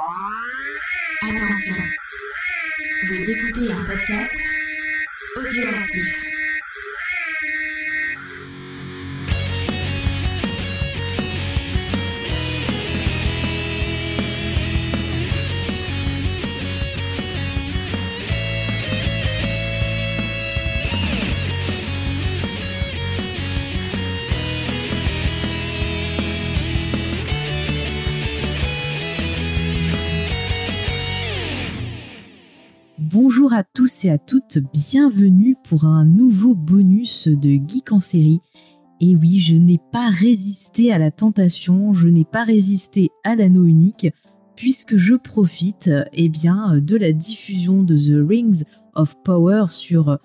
Attention, vous écoutez un podcast audioactif. Bonjour à tous et à toutes, bienvenue pour un nouveau bonus de Geek en série. Et oui, je n'ai pas résisté à la tentation, je n'ai pas résisté à l'anneau unique, puisque je profite de la diffusion de The Rings of Power sur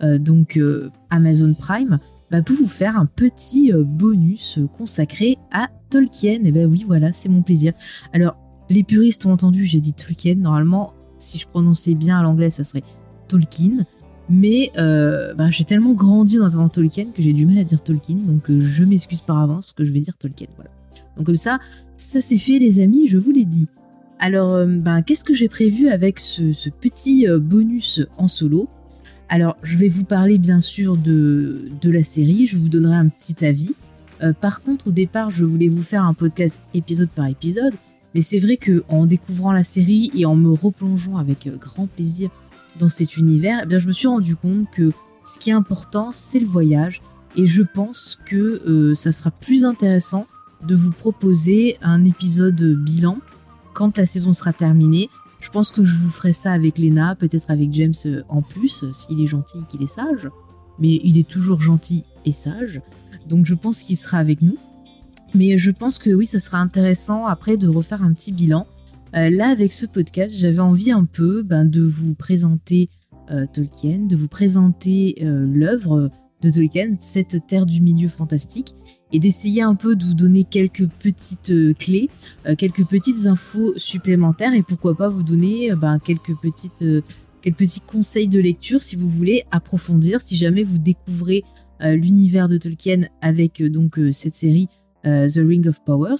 Amazon Prime pour vous faire un petit bonus consacré à Tolkien. Et oui, voilà, c'est mon plaisir. Alors, les puristes ont entendu, j'ai dit Tolkien, normalement... Si je prononçais bien à l'anglais, ça serait Tolkien. Mais j'ai tellement grandi en entendant Tolkien que j'ai du mal à dire Tolkien. Donc je m'excuse par avance parce que je vais dire Tolkien. Voilà. Donc comme ça c'est fait les amis, je vous l'ai dit. Alors qu'est-ce que j'ai prévu avec ce petit bonus en solo ? Alors je vais vous parler bien sûr de la série, je vous donnerai un petit avis. Par contre au départ je voulais vous faire un podcast épisode par épisode. Mais c'est vrai qu'en découvrant la série et en me replongeant avec grand plaisir dans cet univers, je me suis rendu compte que ce qui est important, c'est le voyage. Et je pense que ça sera plus intéressant de vous proposer un épisode bilan quand la saison sera terminée. Je pense que je vous ferai ça avec Léna, peut-être avec James en plus, s'il est gentil et qu'il est sage. Mais il est toujours gentil et sage. Donc je pense qu'il sera avec nous. Mais je pense que oui, ça sera intéressant après de refaire un petit bilan. Là, avec ce podcast, j'avais envie un peu de vous présenter Tolkien, de vous présenter l'œuvre de Tolkien, cette terre du milieu fantastique, et d'essayer un peu de vous donner quelques petites clés, quelques petites infos supplémentaires, et pourquoi pas vous donner quelques petits conseils de lecture si vous voulez approfondir, si jamais vous découvrez l'univers de Tolkien avec cette série The Ring of Powers,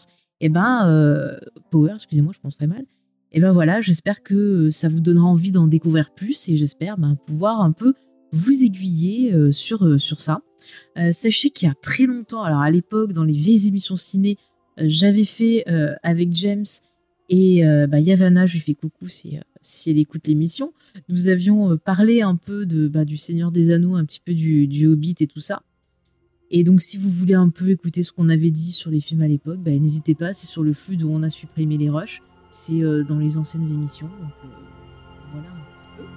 Power, excusez-moi, je prononce très mal. Voilà, j'espère que ça vous donnera envie d'en découvrir plus et j'espère pouvoir un peu vous aiguiller sur ça. Sachez qu'il y a très longtemps, alors à l'époque, dans les vieilles émissions ciné, j'avais fait avec James et Yavanna, je lui fais coucou si elle écoute l'émission. Nous avions parlé un peu du Seigneur des Anneaux, un petit peu du Hobbit et tout ça. Et donc, si vous voulez un peu écouter ce qu'on avait dit sur les films à l'époque, n'hésitez pas, c'est sur le flux où on a supprimé les rushs. C'est dans les anciennes émissions. Donc, voilà un petit peu.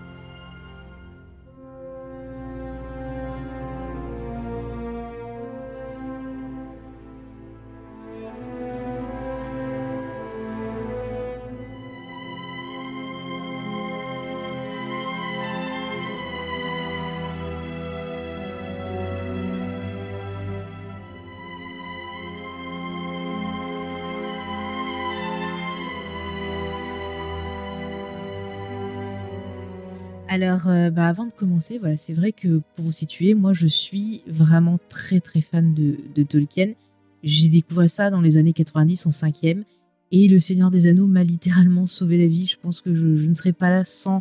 Alors, avant de commencer, voilà, c'est vrai que pour vous situer, moi je suis vraiment très très fan de Tolkien. J'ai découvert ça dans les années 90 en 5e et Le Seigneur des Anneaux m'a littéralement sauvé la vie. Je pense que je ne serais pas là sans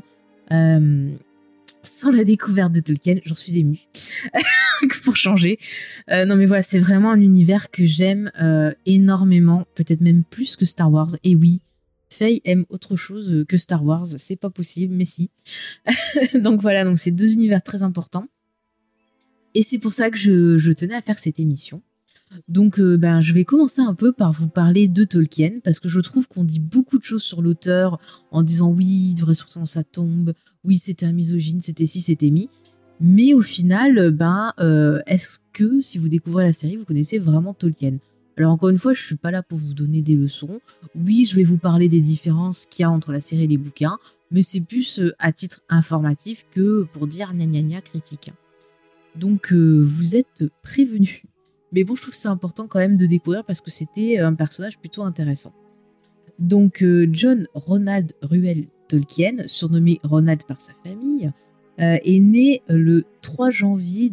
la découverte de Tolkien. J'en suis émue pour changer. Non mais voilà, c'est vraiment un univers que j'aime énormément, peut-être même plus que Star Wars. Et oui, Faye aime autre chose que Star Wars, c'est pas possible, mais si. Donc voilà, donc c'est deux univers très importants. Et c'est pour ça que je tenais à faire cette émission. Donc je vais commencer un peu par vous parler de Tolkien, parce que je trouve qu'on dit beaucoup de choses sur l'auteur en disant oui, il devrait sortir dans sa tombe, oui, c'était un misogyne, c'était ci, c'était mi. Mais au final, est-ce que si vous découvrez la série, vous connaissez vraiment Tolkien ? Alors encore une fois, je suis pas là pour vous donner des leçons. Oui, je vais vous parler des différences qu'il y a entre la série et les bouquins, mais c'est plus à titre informatif que pour dire gna gna gna critique. Donc vous êtes prévenus. Mais bon, je trouve que c'est important quand même de découvrir parce que c'était un personnage plutôt intéressant. Donc John Ronald Reuel Tolkien, surnommé Ronald par sa famille, est né le 3 janvier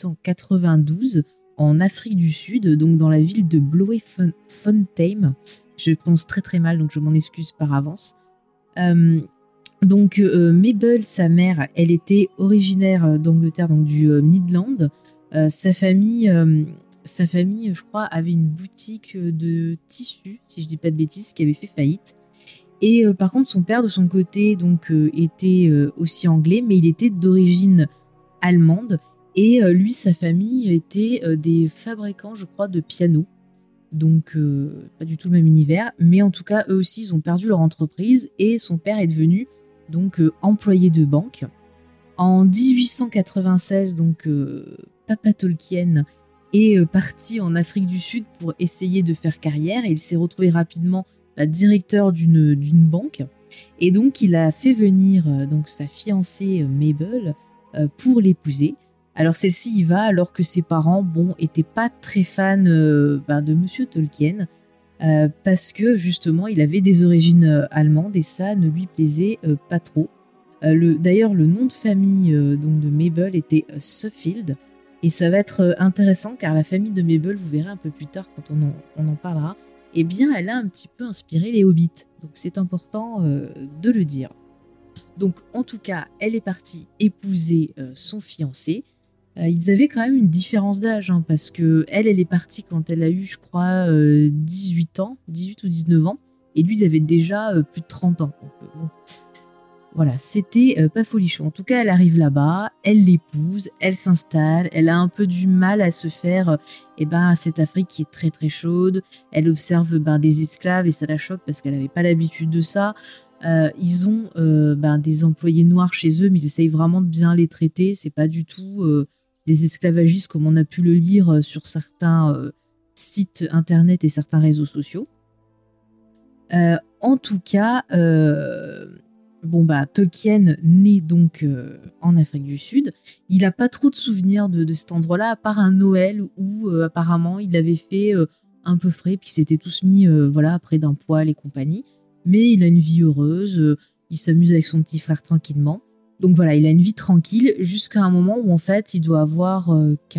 1892 en Afrique du Sud, donc dans la ville de Bloemfontein, Je prononce très très mal, donc je m'en excuse par avance. Mabel, sa mère, elle était originaire d'Angleterre, donc du Midland. Sa famille, je crois, avait une boutique de tissus, si je dis pas de bêtises, qui avait fait faillite. Et par contre, son père, de son côté, était aussi anglais, mais il était d'origine allemande. Et lui, sa famille était des fabricants, je crois, de pianos. Donc, pas du tout le même univers. Mais en tout cas, eux aussi, ils ont perdu leur entreprise. Et son père est devenu employé de banque. En 1896, Papa Tolkien est parti en Afrique du Sud pour essayer de faire carrière. Et il s'est retrouvé rapidement directeur d'une banque. Et donc, il a fait venir sa fiancée Mabel pour l'épouser. Alors celle-ci y va alors que ses parents, étaient pas très fans de Monsieur Tolkien parce que justement il avait des origines allemandes et ça ne lui plaisait pas trop. D'ailleurs le nom de famille de Mabel était Suffield et ça va être intéressant car la famille de Mabel, vous verrez un peu plus tard quand on en parlera, eh bien elle a un petit peu inspiré les Hobbits, donc c'est important de le dire. Donc en tout cas elle est partie épouser son fiancé. Ils avaient quand même une différence d'âge, parce que elle est partie quand elle a eu, je crois, 18 ou 19 ans, et lui, il avait déjà plus de 30 ans. Donc, voilà, c'était pas folichon. En tout cas, elle arrive là-bas, elle l'épouse, elle s'installe, elle a un peu du mal à se faire à cette Afrique qui est très très chaude. Elle observe des esclaves et ça la choque parce qu'elle n'avait pas l'habitude de ça. Ils ont des employés noirs chez eux, mais ils essayent vraiment de bien les traiter. C'est pas du tout des esclavagistes comme on a pu le lire sur certains sites internet et certains réseaux sociaux. En tout cas, Tolkien naît donc en Afrique du Sud. Il n'a pas trop de souvenirs de cet endroit-là, à part un Noël où apparemment il avait fait un peu frais, puis s'étaient tous mis près d'un poêle et compagnie. Mais il a une vie heureuse, il s'amuse avec son petit frère tranquillement. Donc voilà, il a une vie tranquille jusqu'à un moment où en fait il doit avoir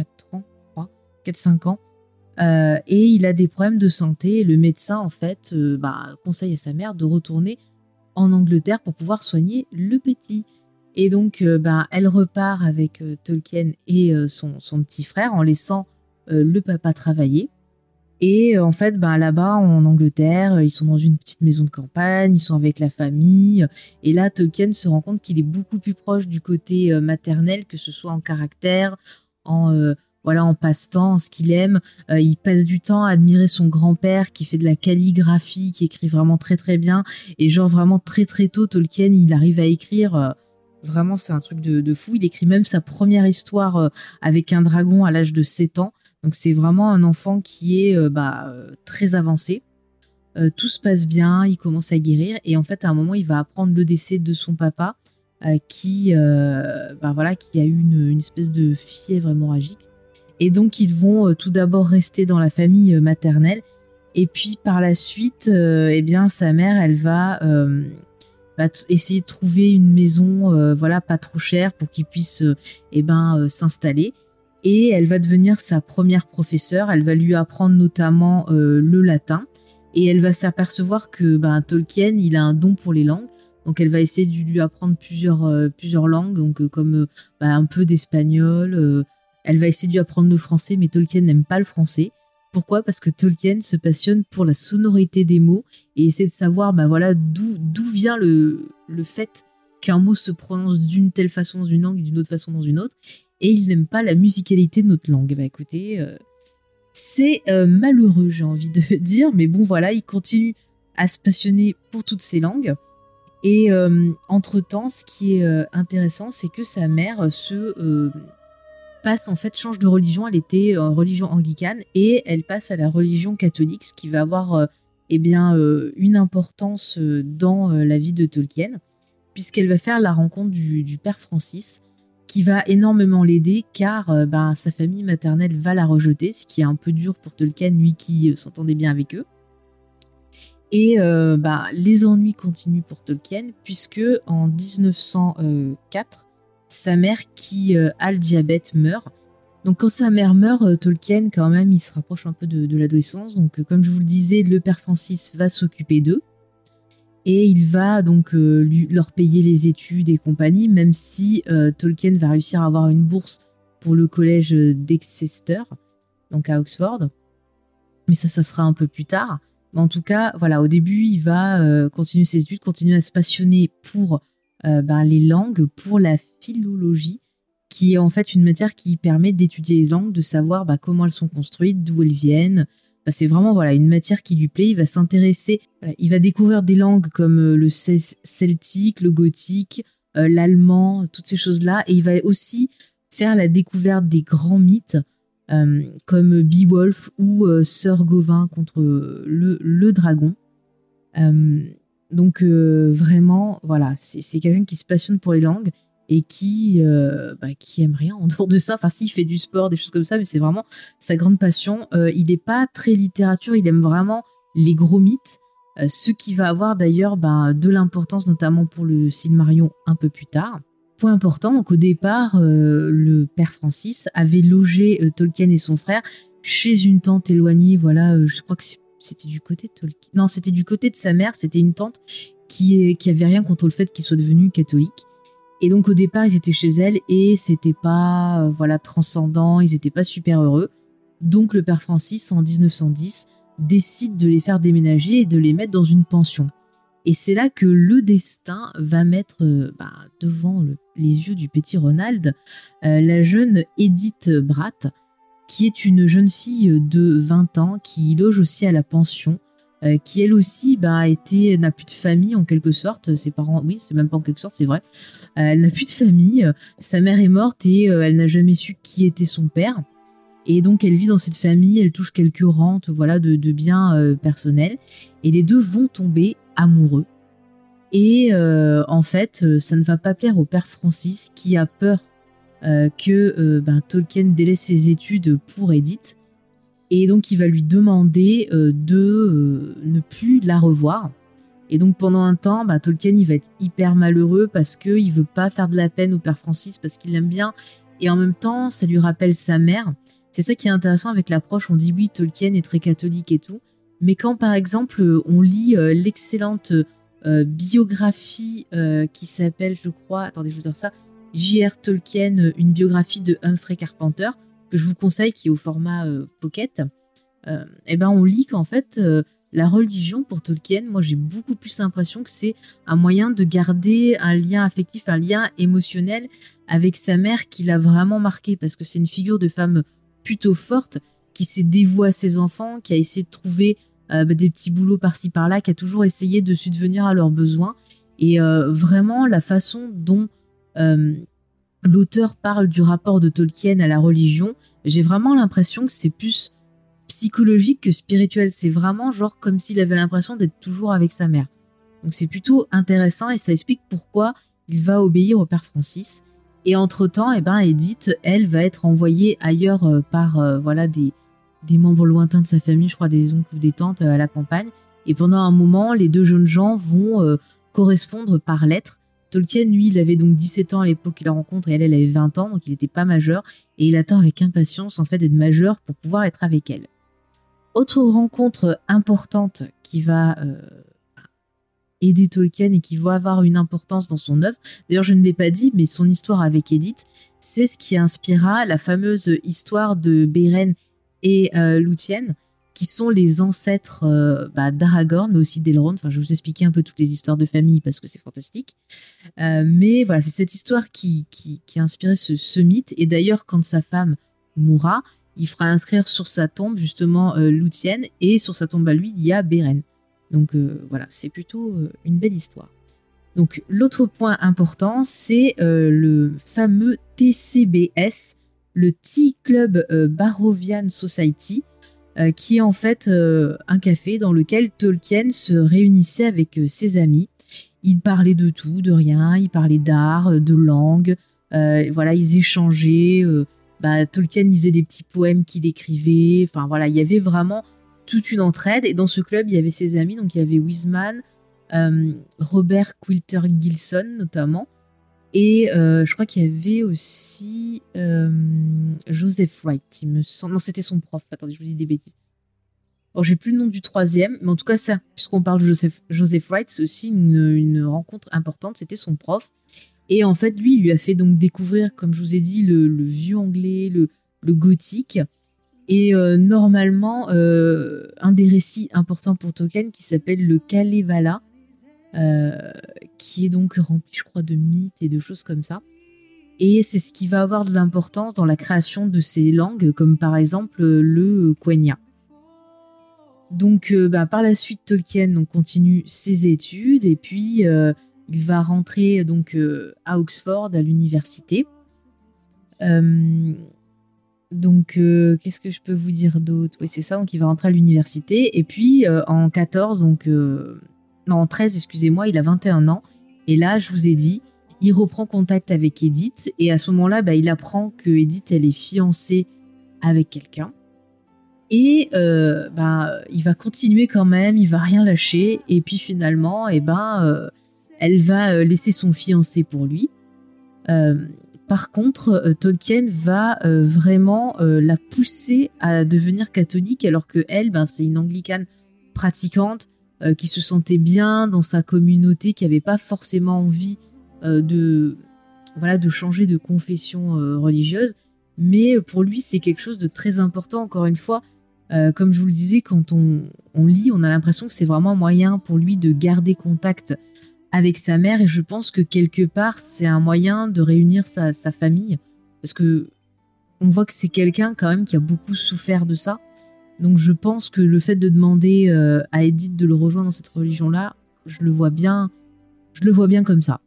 4-5 ans. Et il a des problèmes de santé. Et le médecin en fait conseille à sa mère de retourner en Angleterre pour pouvoir soigner le petit. Et donc elle repart avec Tolkien et son petit frère en laissant le papa travailler. Et en fait, là-bas, en Angleterre, ils sont dans une petite maison de campagne, ils sont avec la famille. Et là, Tolkien se rend compte qu'il est beaucoup plus proche du côté maternel, que ce soit en caractère, en passe-temps, en ce qu'il aime. Il passe du temps à admirer son grand-père qui fait de la calligraphie, qui écrit vraiment très très bien. Et vraiment très très tôt, Tolkien, il arrive à écrire... vraiment, c'est un truc de fou. Il écrit même sa première histoire avec un dragon à l'âge de 7 ans. Donc c'est vraiment un enfant qui est très avancé. Tout se passe bien, il commence à guérir et en fait à un moment il va apprendre le décès de son papa qui a eu une espèce de fièvre hémorragique. Et donc ils vont tout d'abord rester dans la famille maternelle et puis par la suite sa mère elle va essayer de trouver une maison pas trop chère pour qu'il puisse s'installer. Et elle va devenir sa première professeure. Elle va lui apprendre notamment le latin. Et elle va s'apercevoir que Tolkien, il a un don pour les langues. Donc elle va essayer de lui apprendre plusieurs langues, donc comme un peu d'espagnol. Elle va essayer de lui apprendre le français, mais Tolkien n'aime pas le français. Pourquoi ? Parce que Tolkien se passionne pour la sonorité des mots et essaie de savoir d'où vient le fait qu'un mot se prononce d'une telle façon dans une langue et d'une autre façon dans une autre. Et il n'aime pas la musicalité de notre langue. Écoutez, c'est malheureux, j'ai envie de dire, mais bon voilà, il continue à se passionner pour toutes ces langues. Et entre-temps, ce qui est intéressant, c'est que sa mère change de religion. Elle était en religion anglicane et elle passe à la religion catholique, ce qui va avoir une importance dans la vie de Tolkien, puisqu'elle va faire la rencontre du père Francis, qui va énormément l'aider car sa famille maternelle va la rejeter, ce qui est un peu dur pour Tolkien, lui qui s'entendait bien avec eux. Et les ennuis continuent pour Tolkien puisque en 1904, sa mère qui a le diabète meurt. Donc quand sa mère meurt, Tolkien quand même il se rapproche un peu de l'adolescence. Donc comme je vous le disais, le père Francis va s'occuper d'eux et il va donc leur payer les études et compagnie, même si Tolkien va réussir à avoir une bourse pour le collège d'Exeter, donc à Oxford. Mais ça sera un peu plus tard. Mais en tout cas, voilà, au début, il va continuer ses études, continuer à se passionner pour les langues, pour la philologie, qui est en fait une matière qui permet d'étudier les langues, de savoir comment elles sont construites, d'où elles viennent. C'est vraiment une matière qui lui plaît. Il va s'intéresser, il va découvrir des langues comme le celtique, le gothique, l'allemand, toutes ces choses-là. Et il va aussi faire la découverte des grands mythes, comme Beowulf ou Sir Gawain contre le dragon. Donc vraiment, voilà, c'est quelqu'un qui se passionne pour les langues et qui aime rien en dehors de ça. Enfin, si, il fait du sport, des choses comme ça, mais c'est vraiment sa grande passion. Il n'est pas très littérature, il aime vraiment les gros mythes, ce qui va avoir d'ailleurs de l'importance, notamment pour le Silmarillion un peu plus tard. Point important, donc au départ, le père Francis avait logé Tolkien et son frère chez une tante éloignée, voilà, je crois que c'était du côté de Tolkien. Non, c'était du côté de sa mère, c'était une tante qui avait rien contre le fait qu'il soit devenu catholique. Et donc au départ, ils étaient chez elle et c'était pas transcendant, ils étaient pas super heureux. Donc le père Francis, en 1910, décide de les faire déménager et de les mettre dans une pension. Et c'est là que le destin va mettre devant les yeux du petit Ronald la jeune Edith Bratt, qui est une jeune fille de 20 ans qui loge aussi à la pension, qui elle aussi n'a plus de famille en quelque sorte. Ses parents, oui, c'est même pas en quelque sorte, c'est vrai. Elle n'a plus de famille, sa mère est morte et elle n'a jamais su qui était son père. Et donc elle vit dans cette famille, elle touche quelques rentes de biens personnels. Et les deux vont tomber amoureux. Et en fait, ça ne va pas plaire au père Francis qui a peur que Tolkien délaisse ses études pour Edith. Et donc il va lui demander de ne plus la revoir. Et donc pendant un temps, Tolkien il va être hyper malheureux parce qu'il veut pas faire de la peine au père Francis parce qu'il l'aime bien. Et en même temps, ça lui rappelle sa mère. C'est ça qui est intéressant avec l'approche. On dit oui, Tolkien est très catholique et tout. Mais quand par exemple on lit l'excellente biographie qui s'appelle, je crois, attendez, je vous dire ça, J.R. Tolkien, une biographie de Humphrey Carpenter, que je vous conseille, qui est au format pocket, on lit qu'en fait, la religion pour Tolkien, moi j'ai beaucoup plus l'impression que c'est un moyen de garder un lien affectif, un lien émotionnel avec sa mère qui l'a vraiment marqué, parce que c'est une figure de femme plutôt forte, qui s'est dévouée à ses enfants, qui a essayé de trouver des petits boulots par-ci par-là, qui a toujours essayé de subvenir à leurs besoins. Et vraiment, la façon dont l'auteur parle du rapport de Tolkien à la religion, j'ai vraiment l'impression que c'est plus psychologique que spirituel. C'est vraiment genre comme s'il avait l'impression d'être toujours avec sa mère. Donc c'est plutôt intéressant et ça explique pourquoi il va obéir au père Francis. Et entre-temps, Edith, elle, va être envoyée ailleurs par des membres lointains de sa famille, je crois des oncles ou des tantes à la campagne. Et pendant un moment, les deux jeunes gens vont correspondre par lettres. Tolkien, lui, il avait donc 17 ans à l'époque qu'il la rencontre et elle avait 20 ans, donc il n'était pas majeur. Et il attend avec impatience en fait d'être majeur pour pouvoir être avec elle. Autre rencontre importante qui va aider Tolkien et qui va avoir une importance dans son œuvre, d'ailleurs je ne l'ai pas dit, mais son histoire avec Edith, c'est ce qui inspira la fameuse histoire de Beren et Lúthien, qui sont les ancêtres d'Aragorn, mais aussi d'Elrond. Enfin, je vais vous expliquer un peu toutes les histoires de famille parce que c'est fantastique. Mais voilà, c'est cette histoire qui a inspiré ce mythe. Et d'ailleurs, quand sa femme mourra, il fera inscrire sur sa tombe justement Lúthien, et sur sa tombe à lui, il y a Beren. Donc voilà, c'est plutôt une belle histoire. Donc l'autre point important, c'est le fameux TCBS, le Tea Club Barrovian Society, qui est en fait un café dans lequel Tolkien se réunissait avec ses amis. Ils parlaient de tout, de rien, ils parlaient d'art, de langue, ils échangeaient, Tolkien lisait des petits poèmes qu'il écrivait, enfin voilà, il y avait vraiment toute une entraide, et dans ce club, il y avait ses amis, donc il y avait Wiseman, Robert Quilter Gilson notamment, Et je crois qu'il y avait aussi Joseph Wright, il me semble. Non, c'était son prof. Attendez, je vous dis des bêtises. Bon, j'ai plus le nom du troisième, mais en tout cas, ça, puisqu'on parle de Joseph Wright, c'est aussi une rencontre importante. C'était son prof. Et en fait, lui, il lui a fait donc découvrir, comme je vous ai dit, le vieux anglais, le gothique. Et normalement, un des récits importants pour Tolkien qui s'appelle le Kalevala, qui est donc rempli, je crois, de mythes et de choses comme ça. Et c'est ce qui va avoir de l'importance dans la création de ces langues, comme par exemple le Quenya. Donc, par la suite, Tolkien donc, continue ses études et puis il va rentrer donc à Oxford, à l'université. Donc, qu'est-ce que je peux vous dire d'autre ? Oui, c'est ça. Donc, il va rentrer à l'université et puis en 14, en 13, excusez-moi, il a 21 ans. Et là, je vous ai dit, il reprend contact avec Edith et à ce moment-là, il apprend que Edith, elle est fiancée avec quelqu'un. Et il va continuer quand même, il va rien lâcher. Et puis finalement, elle va laisser son fiancé pour lui. Par contre, Tolkien va vraiment la pousser à devenir catholique, alors que elle, c'est une anglicane pratiquante qui se sentait bien dans sa communauté, qui n'avait pas forcément envie de changer de confession religieuse. Mais pour lui, c'est quelque chose de très important, encore une fois. Comme je vous le disais, quand on lit, on a l'impression que c'est vraiment un moyen pour lui de garder contact avec sa mère, et je pense que quelque part, c'est un moyen de réunir sa famille, parce que on voit que c'est quelqu'un quand même qui a beaucoup souffert de ça. Donc je pense que le fait de demander à Edith de le rejoindre dans cette religion-là, je le vois bien comme ça.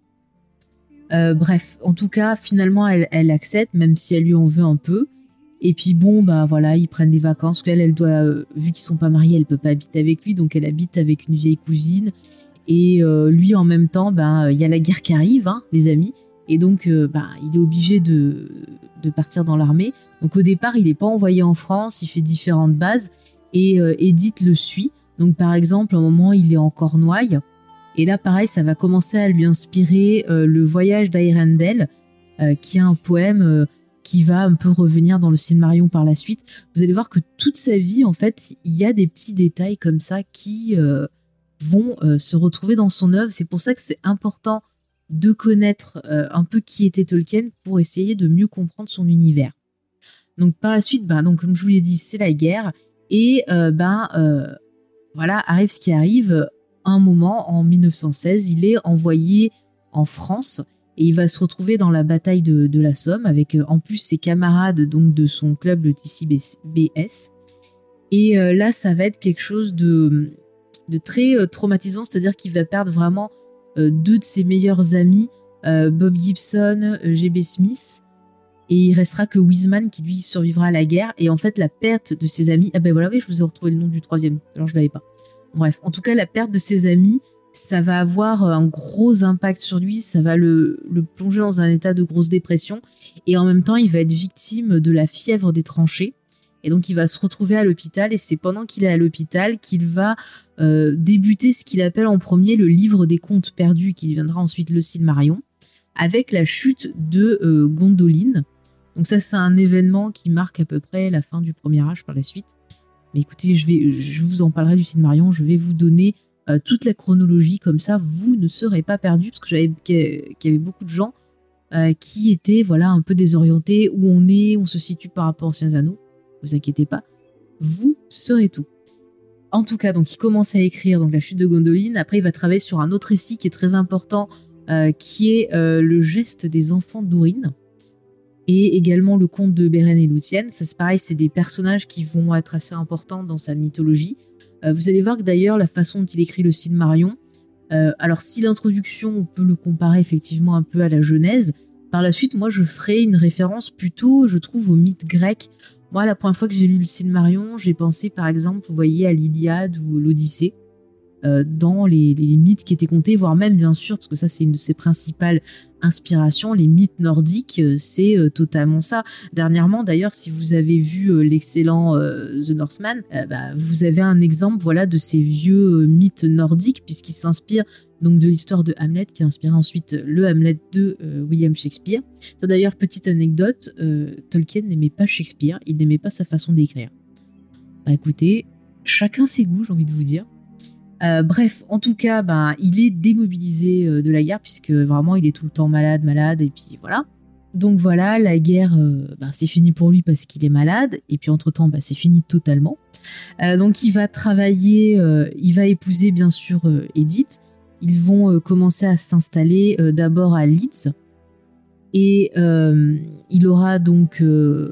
Bref, en tout cas, finalement, elle accepte, même si elle lui en veut un peu. Et puis ils prennent des vacances. Elle doit, vu qu'ils sont pas mariés, elle peut pas habiter avec lui, donc elle habite avec une vieille cousine. Et lui, en même temps, il y a la guerre qui arrive, les amis. Et donc, il est obligé de partir dans l'armée. Donc au départ, il n'est pas envoyé en France, il fait différentes bases. Et Edith le suit. Donc par exemple, à un moment, il est en Cornouailles. Et là, pareil, ça va commencer à lui inspirer le voyage d'Eärendil, qui est un poème qui va un peu revenir dans le Silmarillion par la suite. Vous allez voir que toute sa vie, en fait, il y a des petits détails comme ça qui vont se retrouver dans son œuvre. C'est pour ça que c'est important de connaître un peu qui était Tolkien pour essayer de mieux comprendre son univers. Donc par la suite, comme je vous l'ai dit, c'est la guerre. Et arrive ce qui arrive. Un moment, en 1916, il est envoyé en France et il va se retrouver dans la bataille de la Somme avec en plus ses camarades donc de son club, le TCBS. Et là, ça va être quelque chose de très traumatisant, c'est-à-dire qu'il va perdre vraiment deux de ses meilleurs amis, Bob Gibson, G.B. Smith, et il restera que Wiseman qui lui survivra à la guerre. Et en fait, la perte de ses amis, je vous ai retrouvé le nom du troisième, alors je l'avais pas. Bref, en tout cas, la perte de ses amis, ça va avoir un gros impact sur lui, ça va le plonger dans un état de grosse dépression, et en même temps, il va être victime de la fièvre des tranchées, et donc il va se retrouver à l'hôpital, et c'est pendant qu'il est à l'hôpital qu'il va débuter ce qu'il appelle en premier le livre des contes perdus, qui deviendra ensuite le Silmarillion, avec la chute de Gondolin. Donc ça, c'est un événement qui marque à peu près la fin du Premier Âge par la suite. Mais écoutez, je vous en parlerai du Silmarillion, je vais vous donner toute la chronologie, comme ça vous ne serez pas perdus, parce que qu'il y avait beaucoup de gens qui étaient un peu désorientés, où on se situe par rapport aux Seigneurs des Anneaux. Ne vous inquiétez pas, vous saurez tout. En tout cas, donc il commence à écrire donc la chute de Gondolin. Après, il va travailler sur un autre récit qui est très important, qui est le geste des enfants d'Úrin. Et également le conte de Beren et Lúthien. Ça, c'est pareil, c'est des personnages qui vont être assez importants dans sa mythologie. Vous allez voir que d'ailleurs, la façon dont il écrit le Silmarillion, alors si l'introduction, on peut le comparer effectivement un peu à la Genèse, par la suite, moi, je ferai une référence plutôt, je trouve, au mythe grec. Moi, la première fois que j'ai lu le Silmarillion, j'ai pensé, par exemple, vous voyez, à l'Iliade ou l'Odyssée. dans les mythes qui étaient contés, voire même bien sûr, parce que ça c'est une de ses principales inspirations, les mythes nordiques, c'est totalement ça. Dernièrement d'ailleurs, si vous avez vu l'excellent The Northman, vous avez un exemple voilà, de ces vieux mythes nordiques, puisqu'il s'inspire donc de l'histoire de Hamlet, qui a inspiré ensuite le Hamlet de William Shakespeare. Ça d'ailleurs, petite anecdote, Tolkien n'aimait pas Shakespeare, il n'aimait pas sa façon d'écrire. Écoutez, chacun ses goûts, j'ai envie de vous dire. Bref, en tout cas, il est démobilisé de la guerre, puisque vraiment il est tout le temps malade, et puis voilà. Donc voilà, la guerre, c'est fini pour lui parce qu'il est malade, et puis entre-temps, c'est fini totalement. Donc il va travailler, il va épouser bien sûr Edith. Ils vont commencer à s'installer d'abord à Leeds, et il aura donc,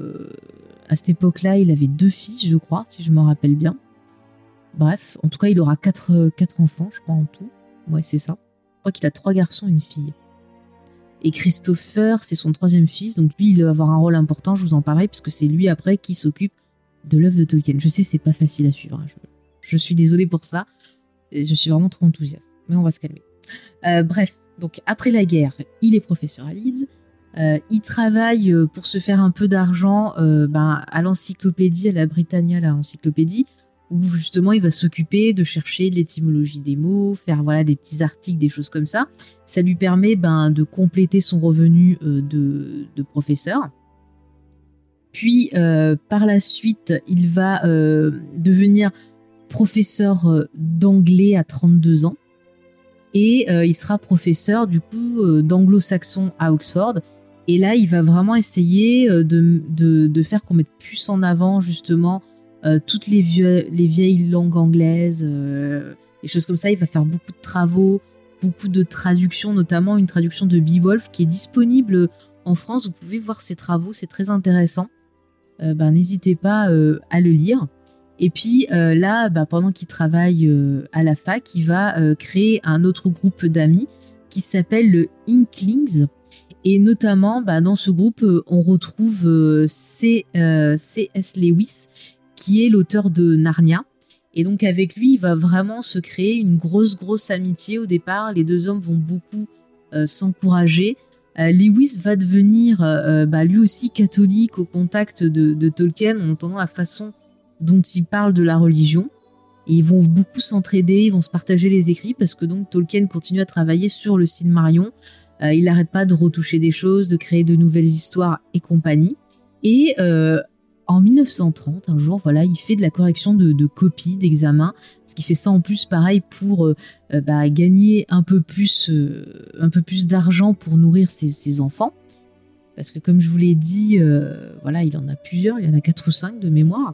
à cette époque-là, il avait 2 fils, je crois, si je me rappelle bien. Bref, en tout cas, il aura 4 enfants, je crois, en tout. Ouais, c'est ça. Je crois qu'il a 3 garçons et une fille. Et Christopher, c'est son 3e fils, donc lui, il va avoir un rôle important, je vous en parlerai, parce que c'est lui, après, qui s'occupe de l'œuvre de Tolkien. Je sais, c'est pas facile à suivre. Hein. Je suis désolée pour ça. Je suis vraiment trop enthousiaste. Mais on va se calmer. Bref, donc après la guerre, il est professeur à Leeds. Il travaille pour se faire un peu d'argent à l'encyclopédie, à la Britannia, la encyclopédie, où justement il va s'occuper de chercher l'étymologie des mots, faire voilà des petits articles, des choses comme ça. Ça lui permet de compléter son revenu de professeur. Puis par la suite, il va devenir professeur d'anglais à 32 ans. Et il sera professeur du coup d'anglo-saxon à Oxford. Et là, il va vraiment essayer de faire qu'on mette plus en avant justement toutes les vieilles langues anglaises, des choses comme ça. Il va faire beaucoup de travaux, beaucoup de traductions, notamment une traduction de Beowulf qui est disponible en France. Vous pouvez voir ses travaux, c'est très intéressant. N'hésitez pas à le lire. Et puis là, pendant qu'il travaille à la fac, il va créer un autre groupe d'amis qui s'appelle le Inklings. Et notamment, dans ce groupe, on retrouve C.S. Lewis, qui est l'auteur de Narnia. Et donc avec lui, il va vraiment se créer une grosse amitié au départ. Les 2 hommes vont beaucoup s'encourager. Lewis va devenir lui aussi catholique au contact de Tolkien, en entendant la façon dont il parle de la religion. Et ils vont beaucoup s'entraider, ils vont se partager les écrits, parce que donc Tolkien continue à travailler sur le Silmarillion. Il n'arrête pas de retoucher des choses, de créer de nouvelles histoires et compagnie. Et en 1930, un jour, voilà, il fait de la correction de copies, d'examens, ce qui fait ça en plus, pareil, pour gagner un peu plus d'argent pour nourrir ses enfants. Parce que comme je vous l'ai dit, il en a plusieurs, il y en a 4 ou 5 de mémoire.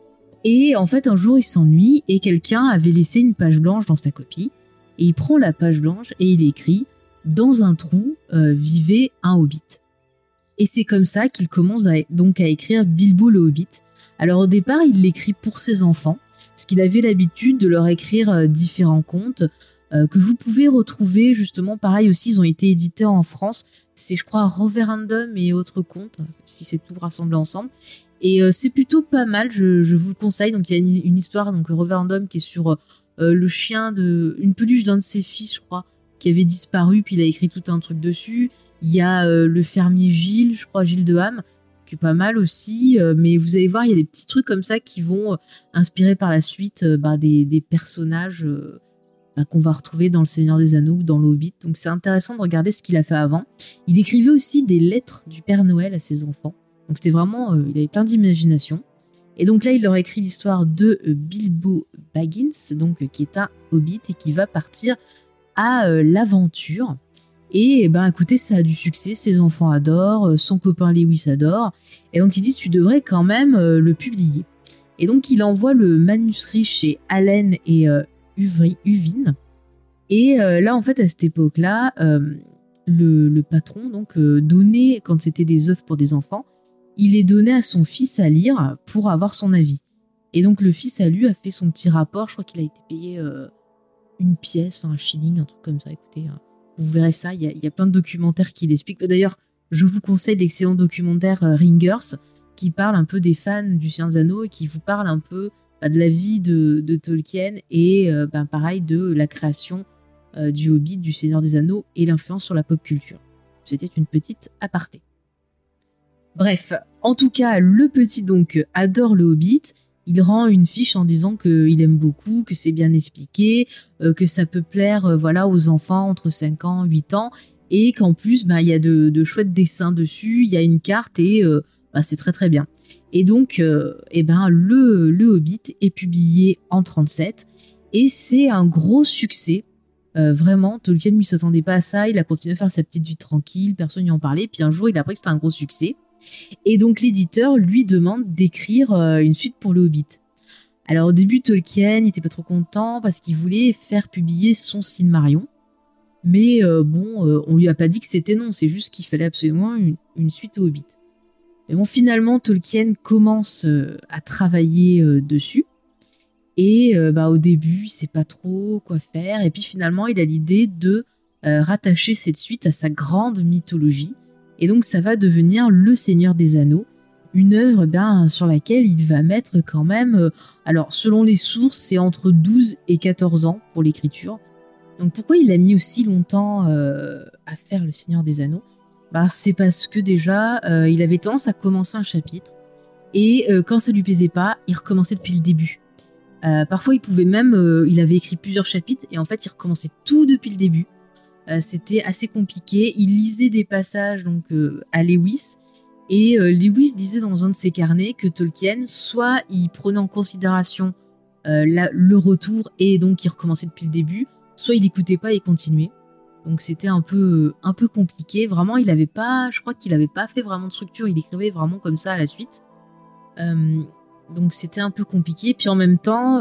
Et en fait, un jour, il s'ennuie et quelqu'un avait laissé une page blanche dans sa copie. Et il prend la page blanche et il écrit « Dans un trou vivait un hobbit ». Et c'est comme ça qu'il commence à écrire Bilbo le Hobbit. Alors au départ, il l'écrit pour ses enfants, parce qu'il avait l'habitude de leur écrire différents contes que vous pouvez retrouver justement, pareil aussi, ils ont été édités en France. C'est, je crois, Roverandom et autres contes, si c'est tout rassemblé ensemble. Et c'est plutôt pas mal, je vous le conseille. Donc il y a une histoire, donc Roverandom, qui est sur le chien une peluche d'un de ses fils, je crois, qui avait disparu, puis il a écrit tout un truc dessus. Il y a le fermier Gilles, je crois, Gilles de Ham, qui est pas mal aussi. Mais vous allez voir, il y a des petits trucs comme ça qui vont inspirer par la suite des personnages qu'on va retrouver dans Le Seigneur des Anneaux ou dans Le Hobbit. Donc c'est intéressant de regarder ce qu'il a fait avant. Il écrivait aussi des lettres du Père Noël à ses enfants. Donc c'était vraiment, il avait plein d'imagination. Et donc là, il leur a écrit l'histoire de Bilbo Baggins, donc qui est un hobbit et qui va partir à l'aventure. Et écoutez, ça a du succès, ses enfants adorent, son copain Lewis adore. Et donc ils disent, tu devrais quand même le publier. Et donc il envoie le manuscrit chez Allen et Uvin. Et là, en fait, à cette époque-là, le patron donc donnait, quand c'était des œuvres pour des enfants, il les donnait à son fils à lire pour avoir son avis. Et donc le fils a lu, a fait son petit rapport. Je crois qu'il a été payé une pièce, un shilling, un truc comme ça. Écoutez, vous verrez ça, il y a plein de documentaires qui l'expliquent. D'ailleurs, je vous conseille l'excellent documentaire Ringers, qui parle un peu des fans du Seigneur des Anneaux et qui vous parle un peu de la vie de Tolkien et pareil de la création du Hobbit, du Seigneur des Anneaux et l'influence sur la pop culture. C'était une petite aparté. Bref, en tout cas, le petit donc adore le Hobbit. Il rend une fiche en disant qu'il aime beaucoup, que c'est bien expliqué, que ça peut plaire aux enfants entre 5 ans, 8 ans, et qu'en plus, il y a de chouettes dessins dessus, il y a une carte et c'est très très bien. Et donc, le Hobbit est publié en 1937 et c'est un gros succès. Vraiment, Tolkien ne s'attendait pas à ça, il a continué à faire sa petite vie tranquille, personne n'y en parlait, puis un jour il a appris que c'était un gros succès. Et donc l'éditeur lui demande d'écrire une suite pour le Hobbit. Alors au début, Tolkien n'était pas trop content parce qu'il voulait faire publier son Silmarillion. Mais on lui a pas dit que c'était non, c'est juste qu'il fallait absolument une suite au Hobbit. Mais bon, finalement, Tolkien commence à travailler dessus. Et au début, il sait pas trop quoi faire. Et puis finalement, il a l'idée de rattacher cette suite à sa grande mythologie. Et donc, ça va devenir Le Seigneur des Anneaux, une œuvre sur laquelle il va mettre quand même... alors, selon les sources, c'est entre 12 et 14 ans pour l'écriture. Donc, pourquoi il a mis aussi longtemps à faire Le Seigneur des Anneaux ? C'est parce que déjà, il avait tendance à commencer un chapitre. Et quand ça lui plaisait pas, il recommençait depuis le début. Parfois, il pouvait même... il avait écrit plusieurs chapitres et en fait, il recommençait tout depuis le début. C'était assez compliqué. Il lisait des passages donc à Lewis et Lewis disait dans un de ses carnets que Tolkien, soit il prenait en considération le retour et donc il recommençait depuis le début, soit il n'écoutait pas et continuait. Donc c'était un peu compliqué. Vraiment, je crois qu'il n'avait pas fait vraiment de structure. Il écrivait vraiment comme ça à la suite. Donc c'était un peu compliqué. Puis en même temps,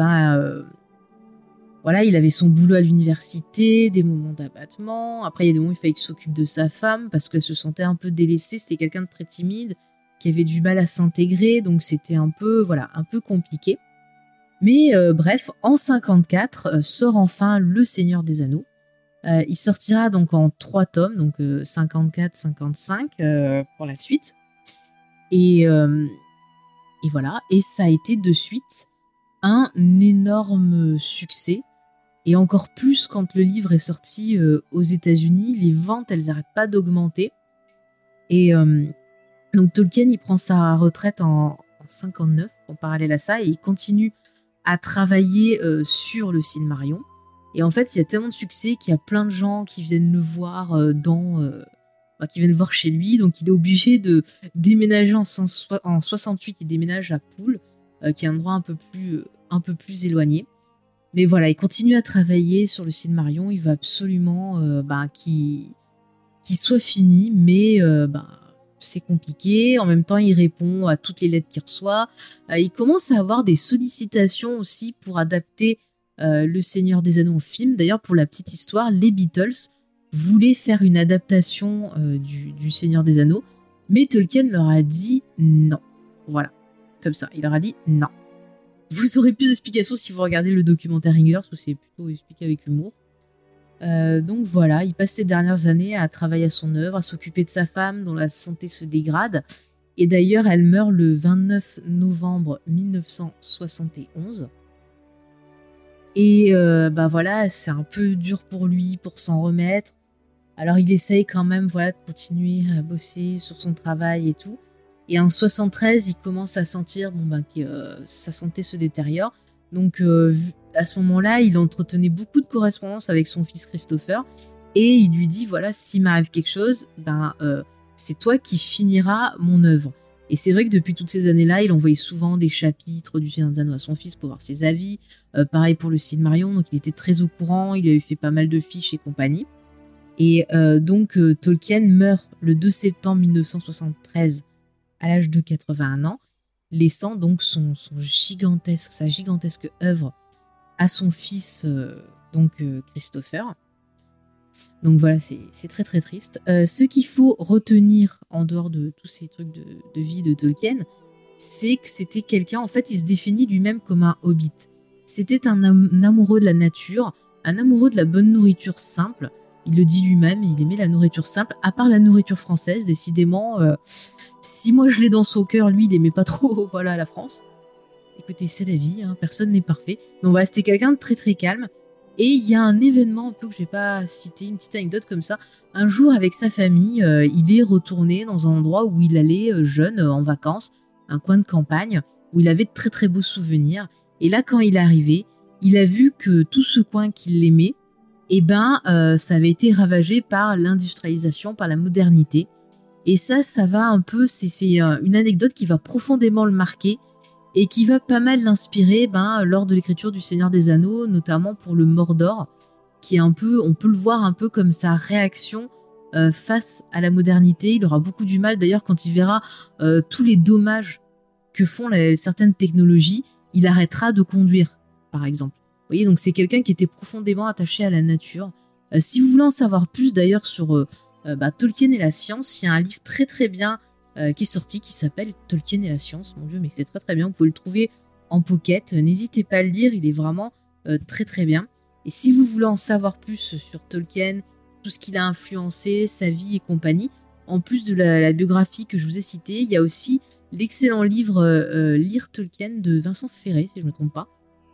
il avait son boulot à l'université, des moments d'abattement. Après, il y a des moments où il fallait qu'il s'occupe de sa femme parce qu'elle se sentait un peu délaissée. C'était quelqu'un de très timide, qui avait du mal à s'intégrer. Donc, c'était un peu compliqué. Mais bref, en 1954, sort enfin Le Seigneur des Anneaux. Il sortira donc en 3 tomes, donc 54-55 pour la suite. Et voilà. Et ça a été de suite un énorme succès. Et encore plus quand le livre est sorti aux États-Unis, les ventes, elles n'arrêtent pas d'augmenter. Et donc Tolkien, il prend sa retraite en 59, en parallèle à ça, et il continue à travailler sur le Silmarillion. Et en fait, il y a tellement de succès qu'il y a plein de gens qui viennent le voir qui viennent voir chez lui. Donc il est obligé de déménager en 68, il déménage à Poole, qui est un endroit un peu plus éloigné. Mais voilà, il continue à travailler sur le Silmarillion. Il va absolument qu'il soit fini, mais c'est compliqué. En même temps, il répond à toutes les lettres qu'il reçoit. Il commence à avoir des sollicitations aussi pour adapter Le Seigneur des Anneaux en film. D'ailleurs, pour la petite histoire, les Beatles voulaient faire une adaptation du Seigneur des Anneaux, mais Tolkien leur a dit non. Voilà, comme ça, il leur a dit non. Vous aurez plus d'explications si vous regardez le documentaire Ringers, où c'est plutôt expliqué avec humour. Donc voilà, il passe ses dernières années à travailler à son œuvre, à s'occuper de sa femme dont la santé se dégrade. Et d'ailleurs, elle meurt le 29 novembre 1971. Et c'est un peu dur pour lui pour s'en remettre. Alors il essaye quand même de continuer à bosser sur son travail et tout. Et en 73, il commence à sentir que sa santé se détériore. Donc à ce moment-là, il entretenait beaucoup de correspondances avec son fils Christopher. Et il lui dit, s'il m'arrive quelque chose, c'est toi qui finiras mon œuvre. Et c'est vrai que depuis toutes ces années-là, il envoyait souvent des chapitres du Seigneur des Anneaux à son fils pour voir ses avis. Pareil pour le Silmarillion, donc il était très au courant, il avait fait pas mal de fiches et compagnie. Et donc Tolkien meurt le 2 septembre 1973 à l'âge de 81 ans, laissant donc sa gigantesque œuvre à son fils, Christopher. Donc voilà, c'est très très triste. Ce qu'il faut retenir en dehors de tous ces trucs de vie de Tolkien, c'est que c'était quelqu'un, en fait, il se définit lui-même comme un hobbit. C'était un amoureux de la nature, un amoureux de la bonne nourriture simple. Il le dit lui-même, il aimait la nourriture simple, à part la nourriture française, décidément. Si moi je l'ai dans son cœur, lui, il aimait pas trop la France. écoutez, c'est la vie, hein, personne n'est parfait. Donc voilà, c'était quelqu'un de très très calme. Et il y a un événement un peu que je vais pas citer, une petite anecdote comme ça. Un jour, avec sa famille, il est retourné dans un endroit où il allait jeune, en vacances, un coin de campagne, où il avait de très très beaux souvenirs. Et là, quand il est arrivé, il a vu que tout ce coin qu'il aimait, ça avait été ravagé par l'industrialisation, par la modernité. Et ça va un peu, c'est une anecdote qui va profondément le marquer et qui va pas mal l'inspirer lors de l'écriture du Seigneur des Anneaux, notamment pour le Mordor, qui est un peu, on peut le voir un peu comme sa réaction face à la modernité. Il aura beaucoup du mal, d'ailleurs, quand il verra tous les dommages que font certaines technologies, il arrêtera de conduire, par exemple. Vous voyez, donc c'est quelqu'un qui était profondément attaché à la nature. Si vous voulez en savoir plus, d'ailleurs, sur Tolkien et la science, il y a un livre très très bien qui est sorti, qui s'appelle Tolkien et la science. Mon Dieu, mais c'est très très bien. Vous pouvez le trouver en pocket. N'hésitez pas à le lire, il est vraiment très très bien. Et si vous voulez en savoir plus sur Tolkien, tout ce qu'il a influencé, sa vie et compagnie, en plus de la biographie que je vous ai citée, il y a aussi l'excellent livre Lire Tolkien de Vincent Ferré, si je ne me trompe pas,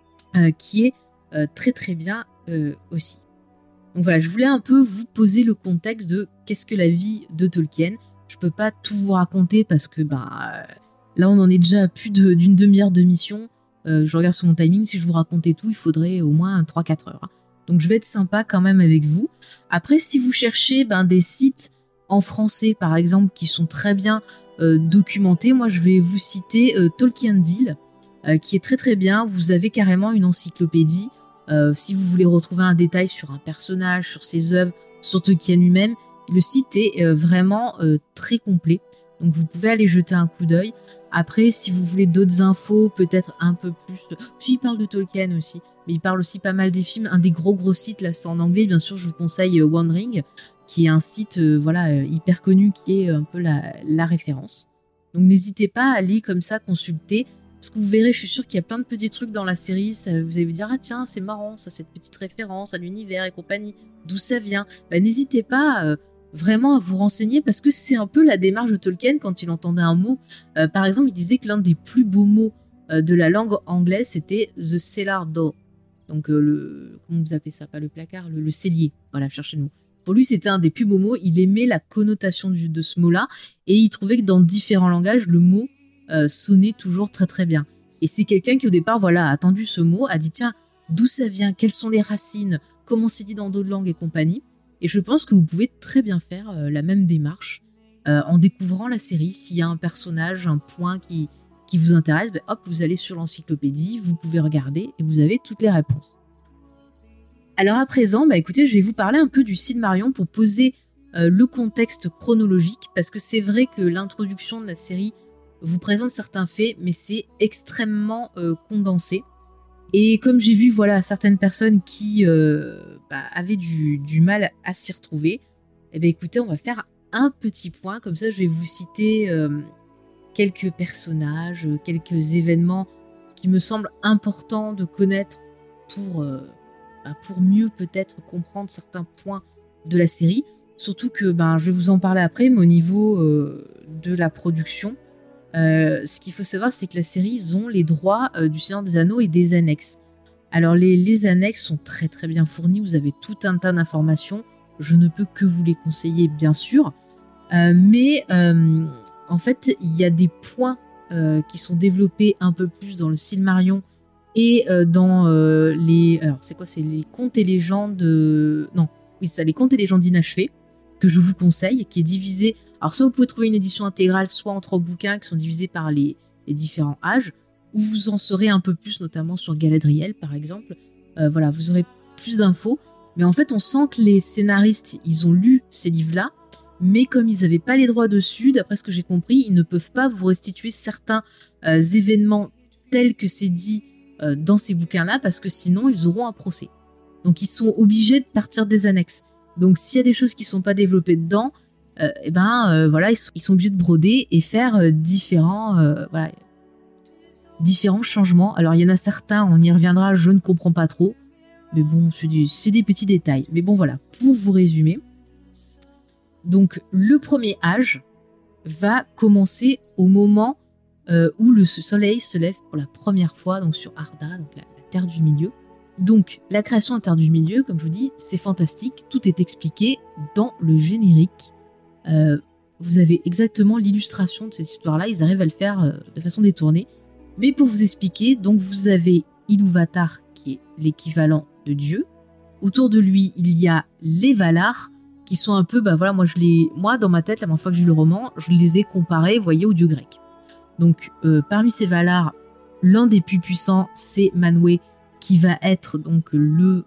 qui est très très bien aussi. Donc voilà, je voulais un peu vous poser le contexte de qu'est-ce que la vie de Tolkien. Je peux pas tout vous raconter parce que là on en est déjà à plus d'une demi-heure de mission. Je regarde sur mon timing, si je vous racontais tout, il faudrait au moins 3-4 heures. Donc je vais être sympa quand même avec vous. Après, si vous cherchez des sites en français par exemple qui sont très bien documentés, moi je vais vous citer Tolkiendil, qui est très très bien. Vous avez carrément une encyclopédie. Si vous voulez retrouver un détail sur un personnage, sur ses œuvres, sur Tolkien lui-même, le site est vraiment très complet. Donc vous pouvez aller jeter un coup d'œil. Après, si vous voulez d'autres infos, peut-être un peu plus... Si, il parle de Tolkien aussi, mais il parle aussi pas mal des films. Un des gros sites, là c'est en anglais, bien sûr, je vous conseille Wandering, qui est un site hyper connu, qui est un peu la référence. Donc n'hésitez pas à aller comme ça consulter. Parce que vous verrez, je suis sûre qu'il y a plein de petits trucs dans la série, vous allez vous dire, ah tiens, c'est marrant, ça, cette petite référence à l'univers et compagnie, d'où ça vient. N'hésitez pas vraiment à vous renseigner, parce que c'est un peu la démarche de Tolkien quand il entendait un mot. Par exemple, il disait que l'un des plus beaux mots de la langue anglaise, c'était the cellar door. Donc, comment vous appelez ça? Pas le placard, le cellier. Voilà, cherchez le mot. Pour lui, c'était un des plus beaux mots. Il aimait la connotation de ce mot-là, et il trouvait que dans différents langages, le mot sonnait toujours très très bien. Et c'est quelqu'un qui au départ a attendu ce mot, a dit tiens, d'où ça vient, quelles sont les racines, comment c'est dit dans d'autres langues et compagnie. Et je pense que vous pouvez très bien faire la même démarche en découvrant la série. S'il y a un personnage, un point qui vous intéresse, hop, vous allez sur l'encyclopédie, vous pouvez regarder et vous avez toutes les réponses. Alors à présent, écoutez, je vais vous parler un peu du Silmarillion pour poser le contexte chronologique, parce que c'est vrai que l'introduction de la série vous présente certains faits, mais c'est extrêmement condensé. Et comme j'ai vu certaines personnes qui avaient du mal à s'y retrouver, écoutez, on va faire un petit point, comme ça je vais vous citer quelques personnages, quelques événements qui me semblent importants de connaître pour mieux peut-être comprendre certains points de la série. Surtout que je vais vous en parler après, mais au niveau de la production, ce qu'il faut savoir, c'est que la série, ils ont les droits du Seigneur des Anneaux et des annexes. Alors les annexes sont très très bien fournies, vous avez tout un tas d'informations, je ne peux que vous les conseiller bien sûr, mais en fait il y a des points qui sont développés un peu plus dans le Silmarillion et dans alors c'est quoi, c'est les contes et légendes les contes et légendes inachevées, que je vous conseille, qui est divisé, alors soit vous pouvez trouver une édition intégrale, soit en 3 bouquins qui sont divisés par les différents âges, où vous en saurez un peu plus, notamment sur Galadriel par exemple. Vous aurez plus d'infos, mais en fait on sent que les scénaristes, ils ont lu ces livres-là, mais comme ils n'avaient pas les droits dessus, d'après ce que j'ai compris, ils ne peuvent pas vous restituer certains événements tels que c'est dit dans ces bouquins-là, parce que sinon ils auront un procès. Donc ils sont obligés de partir des annexes. Donc s'il y a des choses qui ne sont pas développées dedans, ils sont obligés de broder et faire différents changements. Alors il y en a certains, on y reviendra, je ne comprends pas trop, mais bon, c'est des petits détails. Mais bon voilà, pour vous résumer, donc le premier âge va commencer au moment où le soleil se lève pour la première fois donc sur Arda, donc la Terre du Milieu. Donc la création de la Terre du Milieu, comme je vous dis, c'est fantastique, tout est expliqué dans le générique. Vous avez exactement l'illustration de cette histoire-là, ils arrivent à le faire de façon détournée. Mais pour vous expliquer, donc vous avez Ilúvatar qui est l'équivalent de Dieu. Autour de lui, il y a les Valar qui sont un peu, moi dans ma tête, la première fois que j'ai lu le roman, je les ai comparés, vous voyez, aux dieux grecs. Donc parmi ces Valar, l'un des plus puissants, c'est Manwë, qui va être donc le